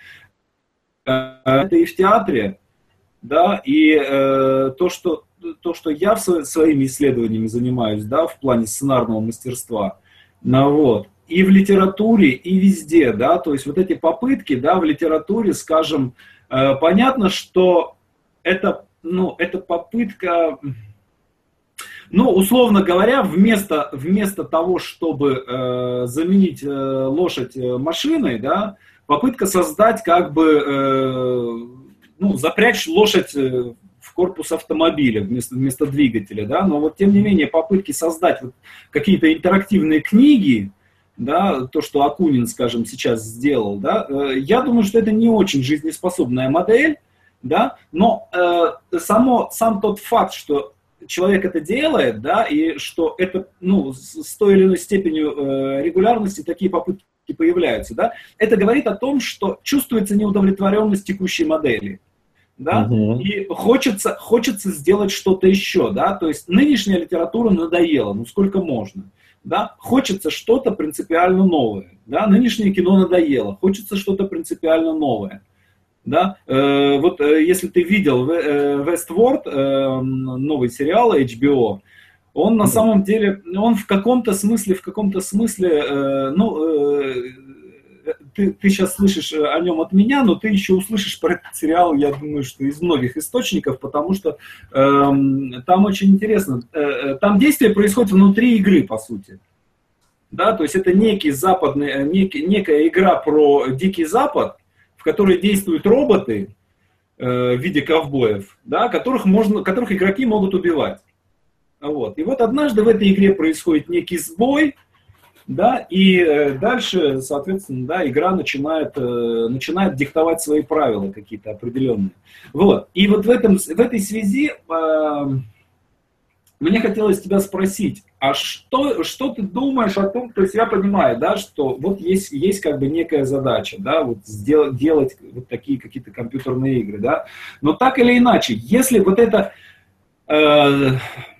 это и в театре, да, и э, то, что, то, что я в своими исследованиями занимаюсь, да, в плане сценарного мастерства, ну вот, и в литературе, и везде, да, то есть вот эти попытки, да, в литературе, скажем, э, понятно, что это, ну, это попытка, ну, условно говоря, вместо, вместо того, чтобы э, заменить э, лошадь машиной, да, попытка создать, как бы, э, ну, запрячь лошадь в корпус автомобиля вместо, вместо двигателя, да, но вот тем не менее попытки создать вот какие-то интерактивные книги, да, то, что Акунин, скажем, сейчас сделал, да, э, я думаю, что это не очень жизнеспособная модель, да, но э, само, сам тот факт, что человек это делает, да, и что это, ну, с, с той или иной степенью э, регулярности такие попытки появляются, да, это говорит о том, что чувствуется неудовлетворенность текущей модели. Да? Uh-huh. И хочется, хочется сделать что-то еще, да, то есть нынешняя литература надоела, ну сколько можно, да, хочется что-то принципиально новое, да, нынешнее кино надоело, хочется что-то принципиально новое, да, э, вот э, если ты видел э, Westworld, э, новый сериал эйч би о, он на uh-huh. самом деле, он в каком-то смысле, в каком-то смысле, э, ну, э, Ты, ты сейчас слышишь о нем от меня, но ты еще услышишь про этот сериал, я думаю, что из многих источников, потому что э, там очень интересно. Э, там действие происходит внутри игры, по сути. Да, то есть это некий западный, некий, некая игра про Дикий Запад, в которой действуют роботы э, в виде ковбоев, да, которых, можно, которых игроки могут убивать. Вот. И вот однажды в этой игре происходит некий сбой, да, и э, дальше, соответственно, да, игра начинает, э, начинает диктовать свои правила какие-то определенные. Вот. И вот в, этом, в этой связи э, мне хотелось тебя спросить, а что, что ты думаешь о том, то есть я понимаю, да, что вот есть, есть как бы некая задача, да, вот сделать, делать вот такие какие-то компьютерные игры, да, но так или иначе, если вот это... Э,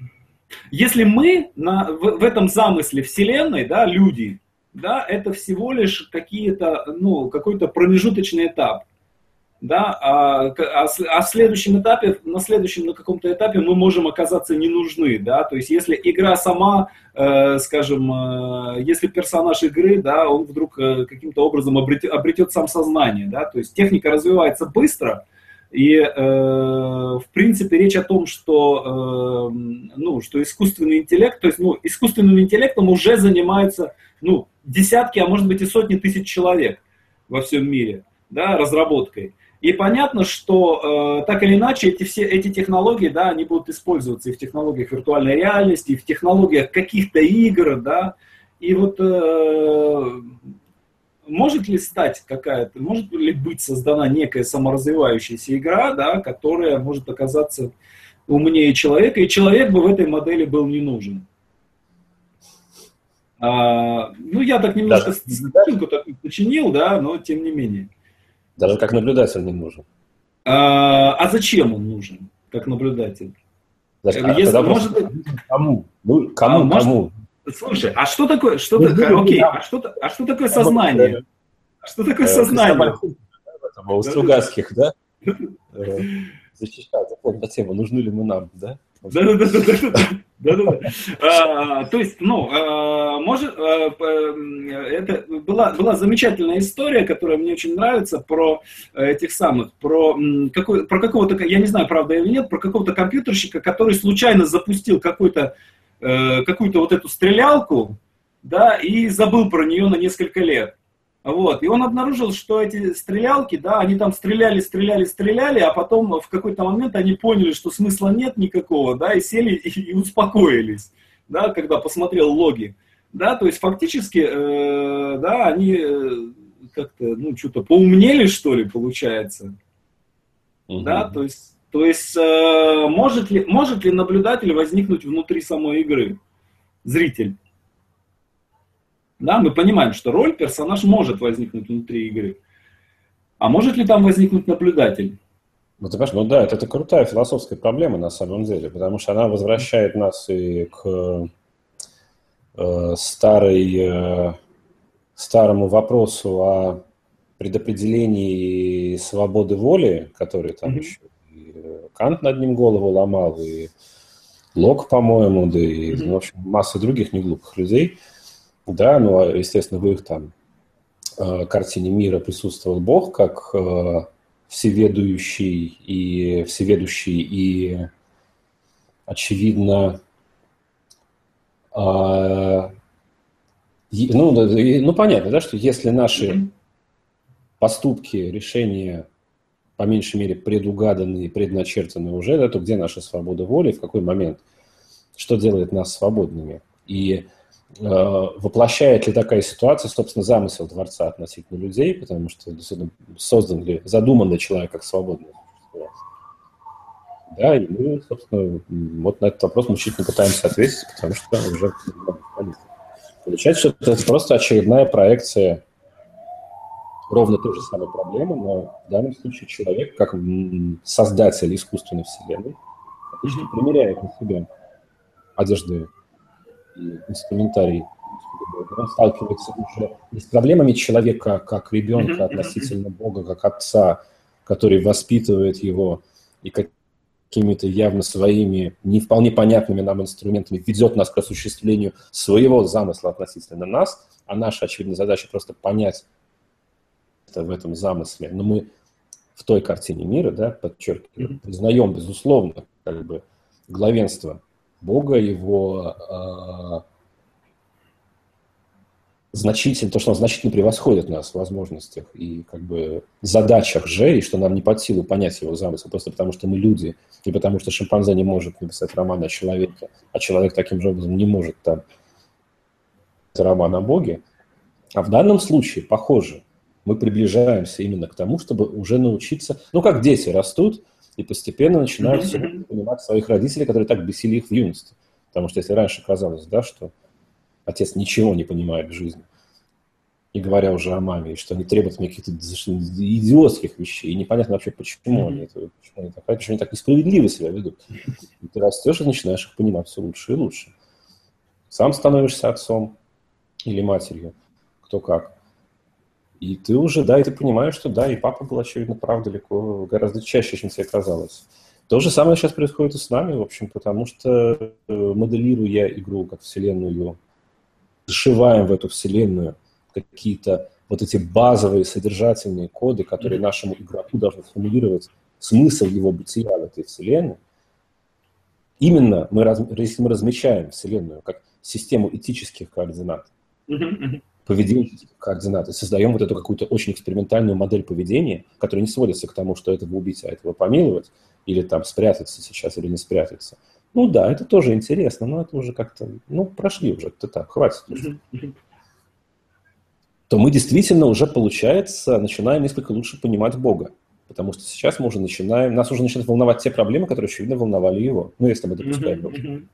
Если мы на, в, в этом замысле Вселенной, да, люди, да, это всего лишь какие-то, ну, какой-то промежуточный этап, да, а, а, а в следующем этапе, на следующем, на каком-то этапе мы можем оказаться не нужны, да, то есть если игра сама, э, скажем, э, если персонаж игры, да, он вдруг э, каким-то образом обретет, обретет сам сознание, да, то есть техника развивается быстро. И, э, в принципе, речь о том, что, э, ну, что искусственный интеллект, то есть, ну, искусственным интеллектом уже занимаются, ну, десятки, а может быть и сотни тысяч человек во всем мире, да, разработкой. И понятно, что э, так или иначе эти, все, эти технологии, да, они будут использоваться и в технологиях виртуальной реальности, и в технологиях каких-то игр, да, и вот... Э, Может ли стать какая-то, может ли быть создана некая саморазвивающаяся игра, да, которая может оказаться умнее человека, и человек бы в этой модели был не нужен? А, ну, я так немножко статинку такую починил, да, но тем не менее. Даже как наблюдатель не нужен. А, а зачем он нужен, как наблюдатель? Значит, Если, а может быть... Кому? Ну, кому, а, может... кому? Слушай, а что такое, что ну, такое, окей, а что, а что такое сознание? А что такое сознание? этого, у Стругацких, да? Защищать, запомнить тему, нужны ли мы нам, да? Да-да-да. То есть, ну, может, это была, была замечательная история, которая мне очень нравится, про этих самых, про, какой, про какого-то, я не знаю, правда или нет, про какого-то компьютерщика, который случайно запустил какой-то, какую-то вот эту стрелялку, да, и забыл про нее на несколько лет. Вот. И он обнаружил, что эти стрелялки, да, они там стреляли, стреляли, стреляли, а потом в какой-то момент они поняли, что смысла нет никакого, да, и сели и, и успокоились, да, когда посмотрел логи. Да, то есть фактически, э, да, они э, как-то, ну, что-то поумнели, что ли, получается. Mm-hmm. Да, то есть, то есть э, может ли, может ли наблюдатель возникнуть внутри самой игры? Зритель. Да, мы понимаем, что роль, персонаж может возникнуть внутри игры. А может ли там возникнуть наблюдатель? Ну, ты понимаешь, ну да, это, это крутая философская проблема на самом деле, потому что она возвращает нас и к э, старой, э, старому вопросу о предопределении свободы воли, который там mm-hmm. еще и Кант над ним голову ломал, и Лок, по-моему, да и, mm-hmm. ну, в общем, масса других неглупых людей. Да, ну, естественно, в их там э, картине мира присутствовал Бог как э, всеведущий и всеведущий и, очевидно, э, е, ну, ну, понятно, да, что если наши mm-hmm. поступки, решения, по меньшей мере, предугаданы и предначертаны уже, да, то где наша свобода воли, в какой момент, что делает нас свободными? И воплощает ли такая ситуация, собственно, замысел Творца относительно людей, потому что создан ли, задуман ли человек как свободный существо. Да, и мы, собственно, вот на этот вопрос мучительно пытаемся ответить, потому что уже получается, что это просто очередная проекция ровно той же самой проблемы, но в данном случае человек, как создатель искусственной вселенной, отлично примеряет на себя одежды и инструментарий. Он сталкивается уже не с проблемами человека как ребенка относительно Бога, как отца, который воспитывает его и какими-то явно своими не вполне понятными нам инструментами ведет нас к осуществлению своего замысла относительно нас, а наша, очевидно, задача просто понять это в этом замысле. Но мы в той картине мира, да, подчеркиваю, признаем, безусловно, как бы главенство Бога, его э, значительно, то, что он значительно превосходит нас в возможностях и как бы задачах же, и что нам не под силу понять его замысел, просто потому что мы люди, и потому что шимпанзе не может написать роман о человеке, а человек таким же образом не может там роман о Боге. А в данном случае, похоже, мы приближаемся именно к тому, чтобы уже научиться, ну, как дети растут, и постепенно начинают mm-hmm. понимать своих родителей, которые так бесили их в юности. Потому что если раньше казалось, да, что отец ничего не понимает в жизни, не говоря уже о маме, и что они требуют мне каких-то идиотских вещей, и непонятно вообще, почему, mm-hmm. они, это, почему, они так, почему они так несправедливо себя ведут. И ты растешь и начинаешь их понимать все лучше и лучше. Сам становишься отцом или матерью, кто как. И ты уже, да, и ты понимаешь, что да, и папа был, очевидно, прав далеко, гораздо чаще, чем тебе казалось. То же самое сейчас происходит и с нами, в общем, потому что, моделируя игру как вселенную, зашиваем в эту вселенную какие-то вот эти базовые содержательные коды, которые нашему игроку должны сформулировать смысл его бытия в этой вселенной. Именно мы, если мы размечаем вселенную как систему этических координат, поведенческих координат, и создаем вот эту какую-то очень экспериментальную модель поведения, которая не сводится к тому, что этого убить, а этого помиловать, или там спрятаться сейчас, или не спрятаться. Ну да, это тоже интересно, но это уже как-то, ну, прошли уже, это так, хватит уже. То мы действительно уже, получается, начинаем несколько лучше понимать Бога. Потому что сейчас мы уже начинаем, нас уже начинают волновать те проблемы, которые, очевидно, волновали его. Ну, если мы допускаем.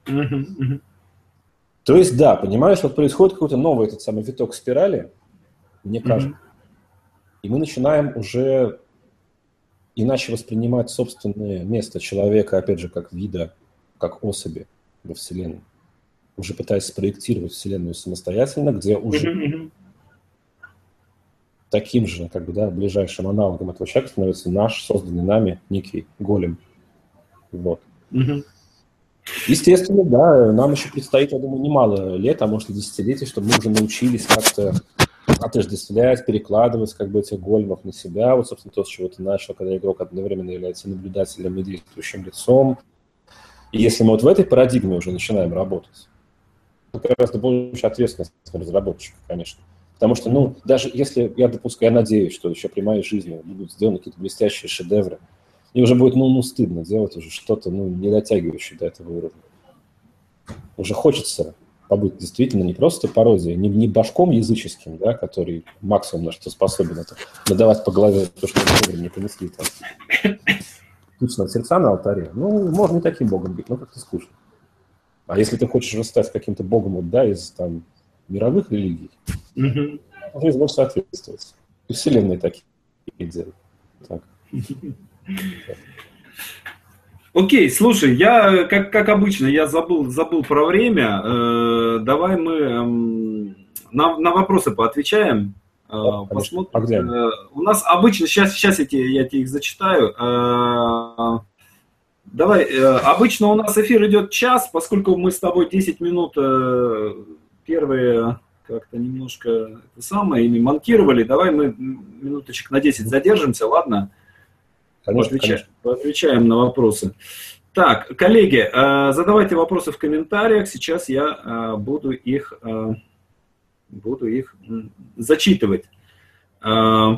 То есть, да, понимаешь, вот происходит какой-то новый этот самый виток спирали, мне кажется, mm-hmm. и мы начинаем уже иначе воспринимать собственное место человека, опять же, как вида, как особи во Вселенной. Уже пытаясь спроектировать Вселенную самостоятельно, где уже mm-hmm. таким же, как бы, да, ближайшим аналогом этого человека становится наш, созданный нами, некий голем. Вот. Угу. Естественно, да, нам еще предстоит, я думаю, немало лет, а может и десятилетий, чтобы мы уже научились как-то отождествлять, перекладывать как бы этих големов на себя. Вот, собственно, то, с чего ты начал, когда игрок одновременно является наблюдателем и действующим лицом. И если мы вот в этой парадигме уже начинаем работать, это гораздо больше ответственность разработчиков, конечно. Потому что, ну, даже если я допускаю, я надеюсь, что еще при моей жизни будут сделаны какие-то блестящие шедевры, и уже будет, ну, ну, стыдно делать уже что-то, ну, не дотягивающее до этого уровня. Уже хочется побыть действительно не просто пародией, не, не башком языческим, да, который максимум на что способен, это надавать по голове то, что мы не понесли там. Тучного сердца на алтаре. Ну, можно и таким богом быть, но как-то скучно. А если ты хочешь уже стать каким-то богом, вот, да, из там мировых религий, Угу. нужно больше соответствовать. И вселенные такие делают. Так. Окей, слушай, я, как, как обычно, я забыл, забыл про время. Э, давай мы эм, на, на вопросы поотвечаем. Э, Да, посмотрим. Э, у нас обычно, сейчас, сейчас я тебе, я тебе их зачитаю. Э, давай, э, обычно у нас эфир идет час, поскольку мы с тобой десять минут э, первые как-то немножко это самое, ими монтировали. Давай мы минуточек на десять задержимся, ладно? Конечно, Отвечаем, конечно. отвечаем на вопросы. Так, коллеги, задавайте вопросы в комментариях. Сейчас я буду их, буду их зачитывать. Так,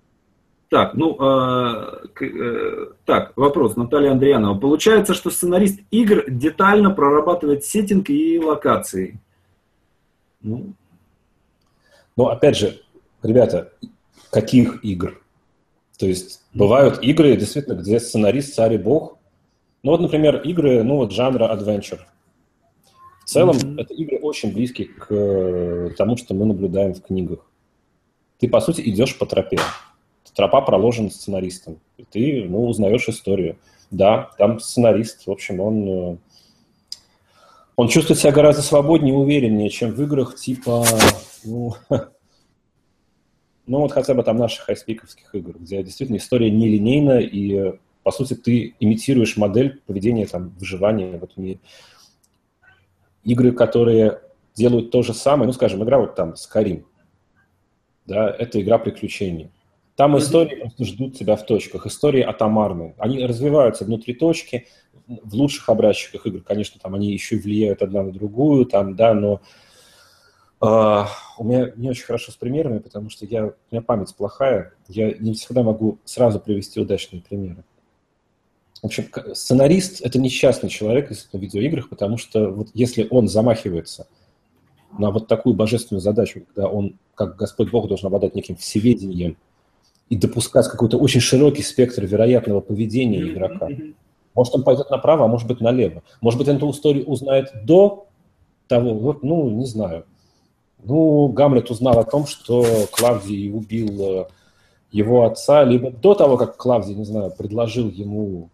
ну, так, вопрос. Наталья Андриянова. Получается, что сценарист игр детально прорабатывает сеттинг и локации. Ну, ну опять же, ребята, каких игр? То есть бывают игры, действительно, где сценарист царь и бог. Ну вот, например, игры, ну вот жанра adventure. В целом, mm-hmm. это игры очень близкие к тому, что мы наблюдаем в книгах. Ты, по сути, идешь по тропе. Тропа проложена сценаристом. И ты, ну, узнаешь историю. Да, там сценарист, в общем, он, он чувствует себя гораздо свободнее и увереннее, чем в играх типа, ну... Ну, вот хотя бы там наших хайспиковских игр, где действительно история нелинейна, и, по сути, ты имитируешь модель поведения, там, выживания в этом мире. Игры, которые делают то же самое, ну, скажем, игра вот там Skyrim, да, это игра приключений. Там истории просто ждут тебя в точках, истории атомарные. Они развиваются внутри точки, в лучших образчиках игр, конечно, там они еще влияют одна на другую, там, да, но... Uh, у меня не очень хорошо с примерами, потому что я, у меня память плохая, я не всегда могу сразу привести удачные примеры. В общем, сценарист – это несчастный человек в видеоиграх, потому что вот если он замахивается на вот такую божественную задачу, когда он, как Господь Бог, должен обладать неким всеведением и допускать какой-то очень широкий спектр вероятного поведения игрока, может, он пойдет направо, а может быть, налево. Может быть, он эту историю узнает до того, вот, ну, не знаю. Ну, Гамлет узнал о том, что Клавдий убил его отца, либо до того, как Клавдий, не знаю, предложил ему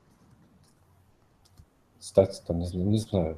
стать, там, не знаю, не знаю.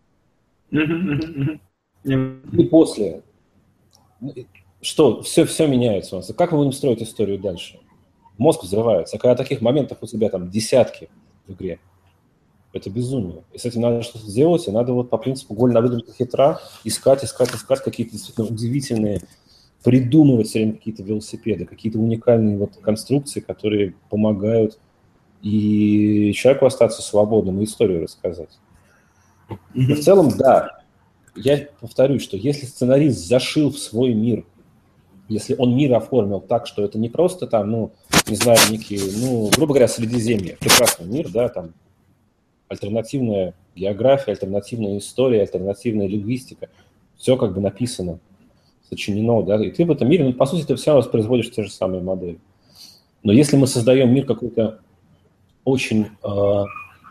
И после. Что? Все, все меняется у нас. Как мы будем строить историю дальше? Мозг взрывается. Когда таких моментов у тебя там десятки в игре, это безумие. И с этим надо что-то сделать, и надо вот по принципу голь на выдумке хитра искать, искать, искать какие-то действительно удивительные, придумывать все время какие-то велосипеды, какие-то уникальные вот конструкции, которые помогают и человеку остаться свободным, и историю рассказать. Но в целом, да, я повторюсь, что если сценарист зашил в свой мир, если он мир оформил так, что это не просто там, ну, не знаю, некий, ну, грубо говоря, Средиземье, прекрасный мир, да, там, альтернативная география, альтернативная история, альтернативная лингвистика. Все как бы написано, сочинено, да, и ты в этом мире, ну, по сути, ты все равно воспроизводишь те же самые модели. Но если мы создаем мир какой-то очень э,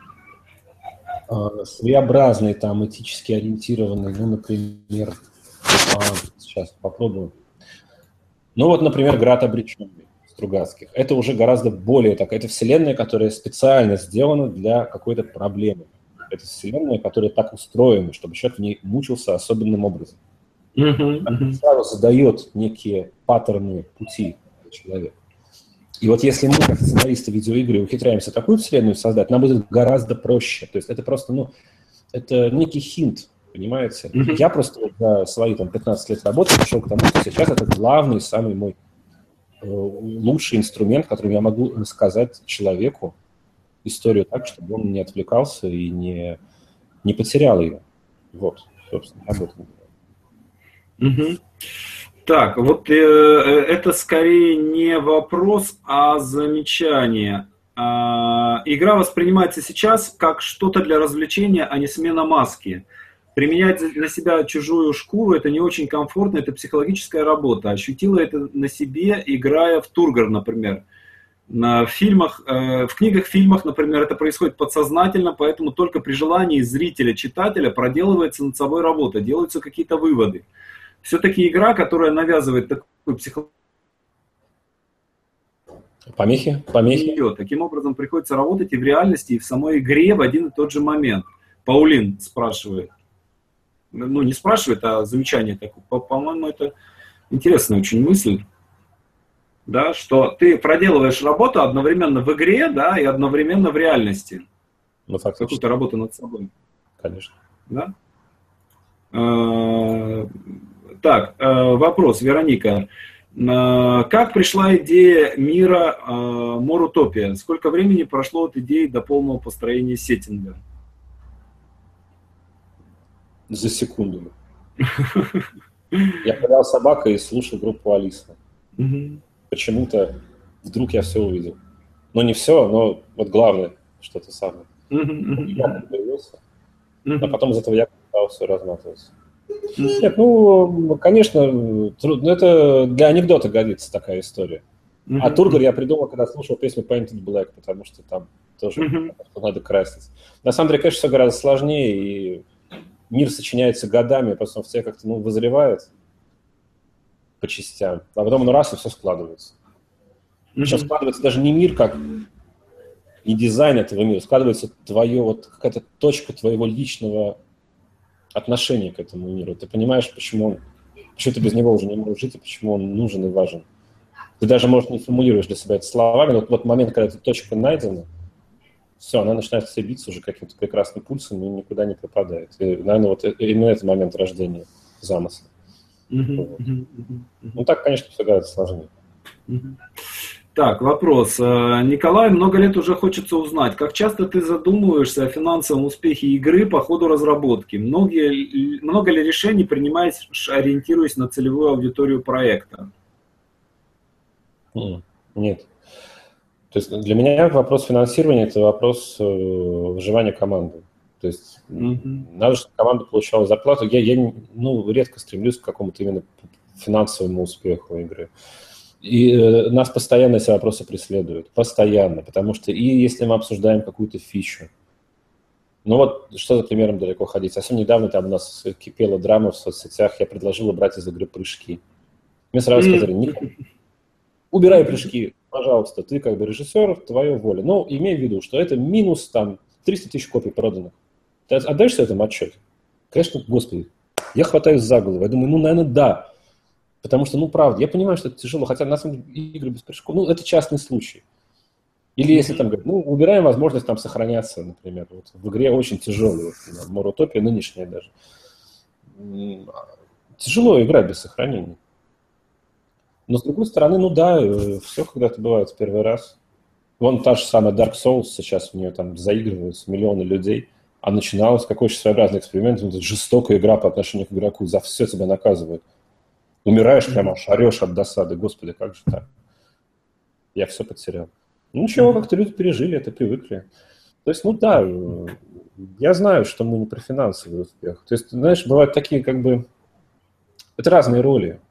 э, своеобразный, там, этически ориентированный, ну, например, э, сейчас попробую. Ну, вот, например, «Град обреченный» Стругацких. Это уже гораздо более так. Это вселенная, которая специально сделана для какой-то проблемы. Это вселенная, которая так устроена, чтобы человек в ней мучился особенным образом. Uh-huh, uh-huh. Сразу задает некие паттерны пути человека. И вот если мы, как сценаристы видеоигры, ухитряемся такую вселенную создать, нам будет гораздо проще. То есть это просто, ну, это некий хинт, понимаете? Mm-hmm. Я просто за свои там, пятнадцать лет работы пришел к тому, что сейчас это главный, самый мой э, лучший инструмент, которым я могу рассказать человеку историю так, чтобы он не отвлекался и не, не потерял ее. Вот, собственно, об этом. Mm-hmm. Так, вот э, это скорее не вопрос, а замечание. А, игра воспринимается сейчас как что-то для развлечения, а не смена маски. Применять на себя чужую шкуру – это не очень комфортно, это психологическая работа. Ощутила это на себе, играя в Тургор, например. На фильмах, э, в книгах, фильмах, например, это происходит подсознательно, поэтому только при желании зрителя, читателя проделывается над собой работа, делаются какие-то выводы. Все-таки игра, которая навязывает такую психологию, помехи, помехи. Таким образом, приходится работать и в реальности, и в самой игре в один и тот же момент. Паулин спрашивает. Ну, не спрашивает, а замечание такое. По-моему, это интересная очень мысль. Да, что ты проделываешь работу одновременно в игре, да, и одновременно в реальности. Ну, фактически. Какую-то работу над собой. Конечно. Да? Так, вопрос, Вероника. Как пришла идея мира Морутопия? Сколько времени прошло от идеи до полного построения сеттинга? За секунду. Я гулял с собакой и слушал группу Алиса. Угу. Почему-то вдруг я все увидел. Ну, не все, но вот главное, что-то самое. Угу. Я появился, угу. А потом из этого я стал все разматываться. Нет, ну, конечно, трудно. Это для анекдота годится такая история. Mm-hmm. А Тургор я придумал, когда слушал песню Painted Black, потому что там тоже mm-hmm. надо красить. На самом деле, конечно, все гораздо сложнее, и мир сочиняется годами, просто он в тебе как-то ну, вызревает по частям, а потом ну раз, и все складывается. Mm-hmm. Причем складывается даже не мир, как не дизайн этого мира, складывается твое, вот какая-то точка твоего личного отношение к этому миру. Ты понимаешь, почему он, почему ты без него уже не можешь жить, и почему он нужен и важен. Ты даже, может, не формулируешь для себя это словами, но вот момент, когда эта точка найдена, все, она начинает все биться уже каким-то прекрасным пульсом и никуда не пропадает. И, наверное, вот именно это момент рождения замысла. Mm-hmm. Вот. Mm-hmm. Ну, так, конечно, все гораздо сложнее. Mm-hmm. Так, вопрос. Николай, много лет уже хочется узнать, как часто ты задумываешься о финансовом успехе игры по ходу разработки? Многие, много ли решений принимаешь, ориентируясь на целевую аудиторию проекта? Нет. То есть для меня вопрос финансирования – это вопрос выживания команды. То есть mm-hmm. надо, чтобы команда получала зарплату. Я, я ну, редко стремлюсь к какому-то именно финансовому успеху игры. И э, нас постоянно эти вопросы преследуют, постоянно, потому что и если мы обсуждаем какую-то фичу, ну вот, что за примером далеко ходить, совсем недавно там у нас кипела драма в соцсетях, я предложил убрать из игры прыжки. Мне сразу сказали, нет, убирай прыжки, пожалуйста, ты как бы режиссер, твоя воля. Но имей в виду, что это минус там триста тысяч копий проданных. Ты отдаешь себе этом отчет? Конечно, господи, я хватаюсь за голову, я думаю, ну, наверное, да. Потому что, ну, правда, я понимаю, что это тяжело, хотя на самом деле игры без прыжков, ну, это частный случай. Или если там говорят, ну, убираем возможность там сохраняться, например. Вот в игре очень тяжелая, вот, Морутопия нынешняя даже. Тяжело играть без сохранения. Но, с другой стороны, ну да, все когда-то бывает в первый раз. Вон та же самая Dark Souls, сейчас в нее там заигрываются миллионы людей, а начиналась какой же своеобразный эксперимент, вот, жестокая игра по отношению к игроку, за все тебя наказывают. Умираешь прямо, аж орешь от досады. Господи, как же так? Я все потерял. Ну ничего, как-то люди пережили это, привыкли. То есть, ну да, я знаю, что мы не про финансовый успех. То есть, знаешь, бывают такие как бы... Это разные роли.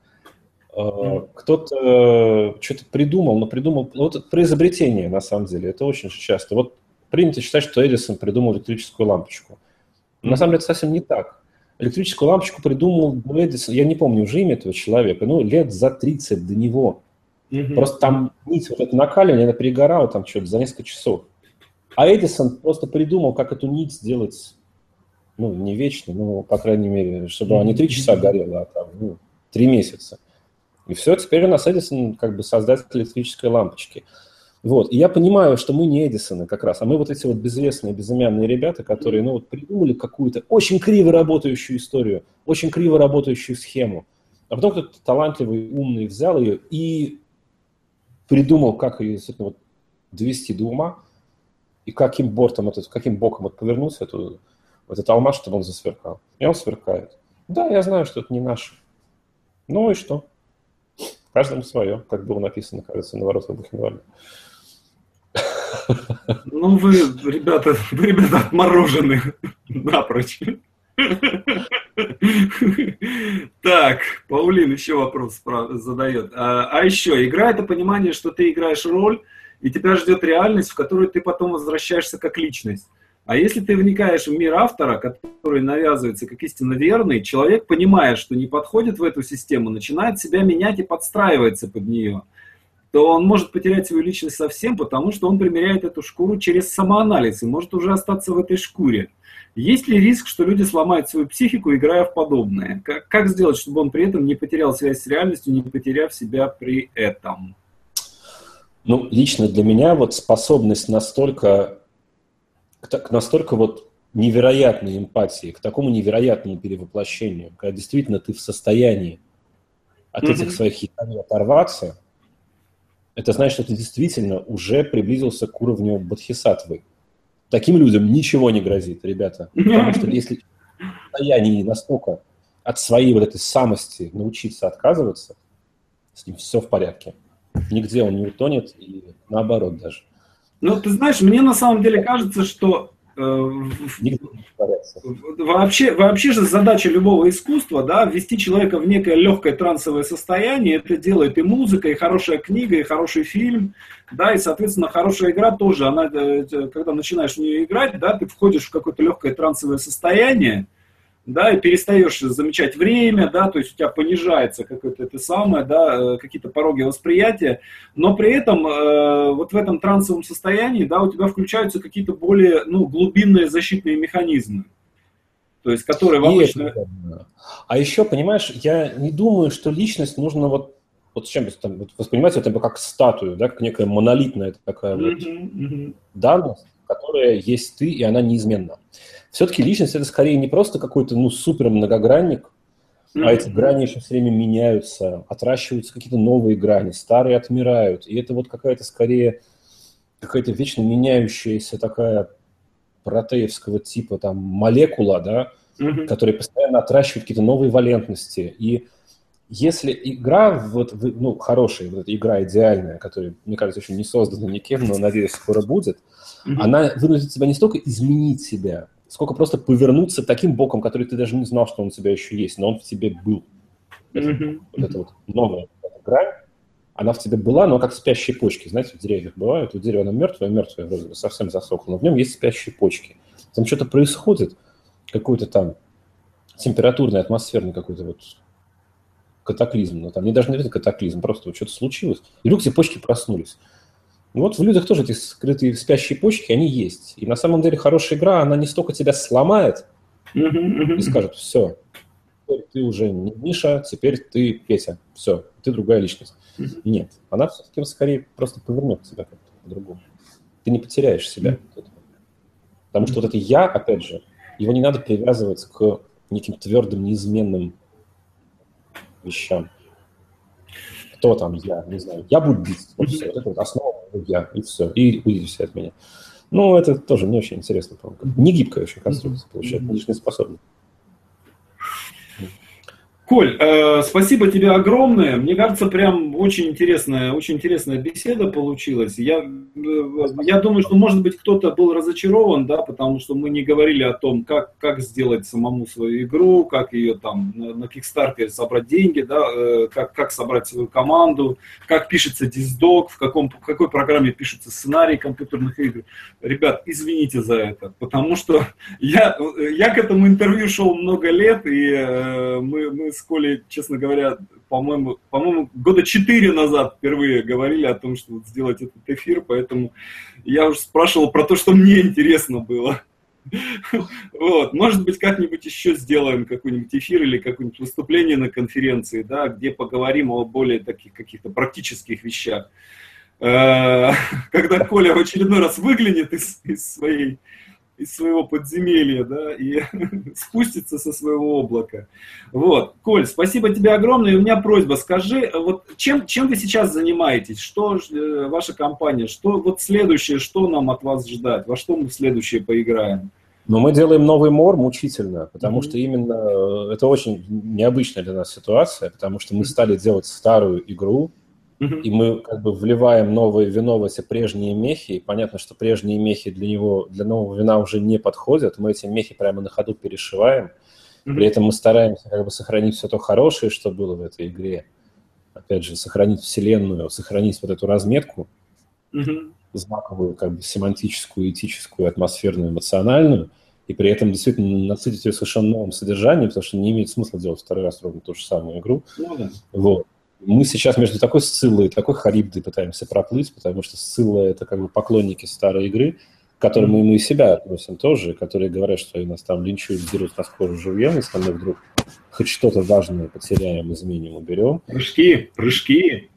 Кто-то что-то придумал, но придумал... Вот про изобретение, на самом деле, это очень часто. Вот принято считать, что Эдисон придумал электрическую лампочку. На самом деле, это совсем не так. Электрическую лампочку придумал Эдисон, я не помню уже имя этого человека, ну, лет за тридцать до него. Mm-hmm. Просто там нить, вот это накаливание, она перегорала там что-то за несколько часов. А Эдисон просто придумал, как эту нить сделать ну, не вечный, ну, по крайней мере, чтобы она не три часа горела, а там, ну, три месяца. И все, теперь у нас Эдисон как бы создатель электрической лампочки. Вот. И я понимаю, что мы не Эдисоны как раз, а мы вот эти вот безвестные, безымянные ребята, которые, ну, вот придумали какую-то очень криво работающую историю, очень криво работающую схему. А потом кто-то талантливый, умный взял ее и придумал, как ее действительно вот довести до ума, и каким бортом, этот, каким боком вот повернулся эту, этот алмаз, чтобы он засверкал. И он сверкает. Да, я знаю, что это не наш. Ну и что? Каждому свое, как было написано, кажется, на воротах Бухенвальда. Ну вы, ребята, вы, ребята, отморожены напрочь. Так, Паулин еще вопрос задает. А, а еще, игра — это понимание, что ты играешь роль, и тебя ждет реальность, в которую ты потом возвращаешься как личность. А если ты вникаешь в мир автора, который навязывается как истинно верный, человек, понимая, что не подходит в эту систему, начинает себя менять и подстраивается под нее, то он может потерять свою личность совсем, потому что он примеряет эту шкуру через самоанализ и может уже остаться в этой шкуре. Есть ли риск, что люди сломают свою психику, играя в подобное? Как, как сделать, чтобы он при этом не потерял связь с реальностью, не потеряв себя при этом? Ну, лично для меня вот способность настолько, к настолько вот невероятной эмпатии, к такому невероятному перевоплощению, когда действительно ты в состоянии от mm-hmm. этих своих хитаний оторваться, это значит, что ты действительно уже приблизился к уровню бодхисаттвы. Таким людям ничего не грозит, ребята. Потому что если в состоянии настолько от своей вот этой самости научиться отказываться, с ним все в порядке. Нигде он не утонет, и наоборот даже. Ну, ты знаешь, мне на самом деле кажется, что э, вообще, вообще же задача любого искусства, да, ввести человека в некое легкое трансовое состояние. Это делает и музыка, и хорошая книга, и хороший фильм, да, и, соответственно, хорошая игра тоже. Она, когда начинаешь в нее играть, да, ты входишь в какое-то легкое трансовое состояние, да, и перестаешь замечать время, да, то есть у тебя понижается какое-то это самое, да, какие-то пороги восприятия, но при этом э, вот в этом трансовом состоянии, да, у тебя включаются какие-то более, ну, глубинные защитные механизмы, то есть которые в обычно... А еще, понимаешь, я не думаю, что личность нужно вот, вот с чем там, вот воспринимать это как статую, да, как некая монолитная такая вот mm-hmm, mm-hmm. данность, которая есть ты, и она неизменна. Все-таки личность — это скорее не просто какой-то, ну, супер многогранник, mm-hmm. а эти грани еще все время меняются, отращиваются какие-то новые грани, старые отмирают. И это вот какая-то скорее, какая-то вечно меняющаяся такая протеевского типа там молекула, да, mm-hmm. которая постоянно отращивает какие-то новые валентности. И если игра, вот, ну, хорошая, вот эта игра идеальная, которая, мне кажется, еще не создана никем, но, надеюсь, скоро будет, mm-hmm. она вынудит тебя не столько изменить себя, сколько просто повернуться таким боком, который ты даже не знал, что он у тебя еще есть, но он в тебе был. Mm-hmm. Вот эта вот новая эта грань, она в тебе была, но как спящие почки. Знаете, в деревьях бывают, у дерева оно мертвое, мертвое вроде бы совсем засохло, но в нем есть спящие почки. Там что-то происходит, какой-то там температурный, атмосферный какой-то вот катаклизм. Но там не даже, наверное, катаклизм, просто вот что-то случилось, и вдруг все почки проснулись. И вот в людях тоже эти скрытые спящие почки, они есть. И на самом деле хорошая игра, она не столько тебя сломает и скажет: все, ты уже не Миша, теперь ты Петя, все, ты другая личность. Нет, она все-таки скорее просто повернет тебя как-то по-другому. Ты не потеряешь себя. Потому что вот это «я», опять же, его не надо привязывать к неким твердым, неизменным вещам. Кто там я, не знаю. Я буддист. Вот все. Вот это вот основа я, и все. И уйдите все от меня. Ну, это тоже не очень интересно, по-моему. Не гибкая очень конструкция получается, лишь неспособна. Коль, э, спасибо тебе огромное. Мне кажется, прям очень интересная, очень интересная беседа получилась. Я, э, я думаю, что, может быть, кто-то был разочарован, да, потому что мы не говорили о том, как, как сделать самому свою игру, как ее там на, на Kickstarter собрать деньги, да, э, как, как собрать свою команду, как пишется диздок, в, каком, в какой программе пишется сценарий компьютерных игр. Ребят, извините за это, потому что я, я к этому интервью шел много лет, и э, мы, мы с Колей, честно говоря, по-моему, по-моему, года четыре назад впервые говорили о том, что вот сделать этот эфир, поэтому я уже спрашивал про то, что мне интересно было. Вот, может быть, как-нибудь еще сделаем какой-нибудь эфир или какое-нибудь выступление на конференции, да, где поговорим о более таких каких-то практических вещах. Когда Коля в очередной раз выглянет из, из, своей, из своего подземелья, да, и спустится со своего облака. Вот, Коль, спасибо тебе огромное. И у меня просьба, скажи, вот чем, чем вы сейчас занимаетесь? Что э, ваша компания? Что вот следующее, что нам от вас ждать? Во что мы в следующее поиграем? Но мы делаем новый мор мучительно, потому Mm-hmm. что именно это очень необычная для нас ситуация, потому что мы стали делать старую игру, mm-hmm. и мы как бы вливаем новое вино в эти прежние мехи, и понятно, что прежние мехи для него, для нового вина уже не подходят, мы эти мехи прямо на ходу перешиваем, mm-hmm. при этом мы стараемся как бы сохранить все то хорошее, что было в этой игре, опять же, сохранить вселенную, сохранить вот эту разметку, mm-hmm. знаковую, как бы семантическую, этическую, атмосферную, эмоциональную, и при этом действительно насытить ее совершенно новым содержанием, потому что не имеет смысла делать второй раз ровно ту же самую игру. Ну, да. Вот. Мы сейчас между такой Сциллой и такой Харибдой пытаемся проплыть, потому что Сцилла — это как бы поклонники старой игры, к которым mm-hmm. мы и себя относим тоже, которые говорят, что нас там линчуют, дерут нас кожу живьем, если мы вдруг хоть что-то важное потеряем, изменим, уберем. Прыжки, прыжки.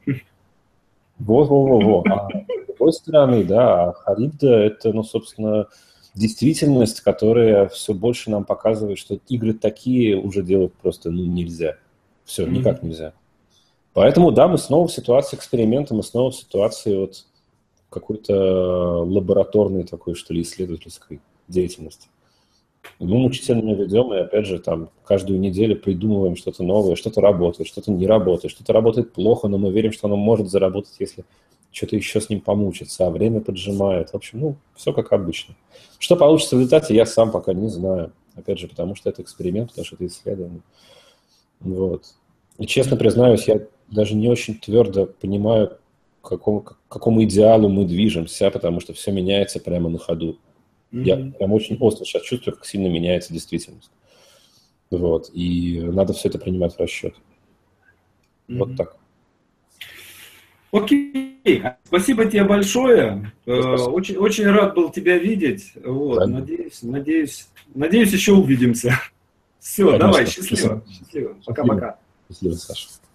Во-во-во-во. А с другой стороны, да, Харибда — это, ну, собственно, действительность, которая все больше нам показывает, что игры такие уже делать просто, ну, нельзя. Все, mm-hmm. никак нельзя. Поэтому, да, мы снова в ситуации эксперимента, мы снова в ситуации вот какой-то лабораторной такой, что ли, исследовательской деятельности. Мы мучительно ведем, и опять же, там, каждую неделю придумываем что-то новое, что-то работает, что-то не работает, что-то работает плохо, но мы верим, что оно может заработать, если что-то еще с ним помучиться, а время поджимает. В общем, ну, все как обычно. Что получится в результате, я сам пока не знаю. Опять же, потому что это эксперимент, потому что это исследование. Вот. И честно признаюсь, я даже не очень твердо понимаю, к какому, к какому идеалу мы движемся, потому что все меняется прямо на ходу. Mm-hmm. Я прям очень остро сейчас чувствую, как сильно меняется действительность. Вот. И надо все это принимать в расчет. Mm-hmm. Вот так. Окей, спасибо тебе большое. Спасибо. Очень, очень рад был тебя видеть. Вот. Надеюсь, надеюсь, надеюсь, еще увидимся. Все, конечно. Давай, счастливо. Счастливо. Пока-пока. Счастливо, Саша.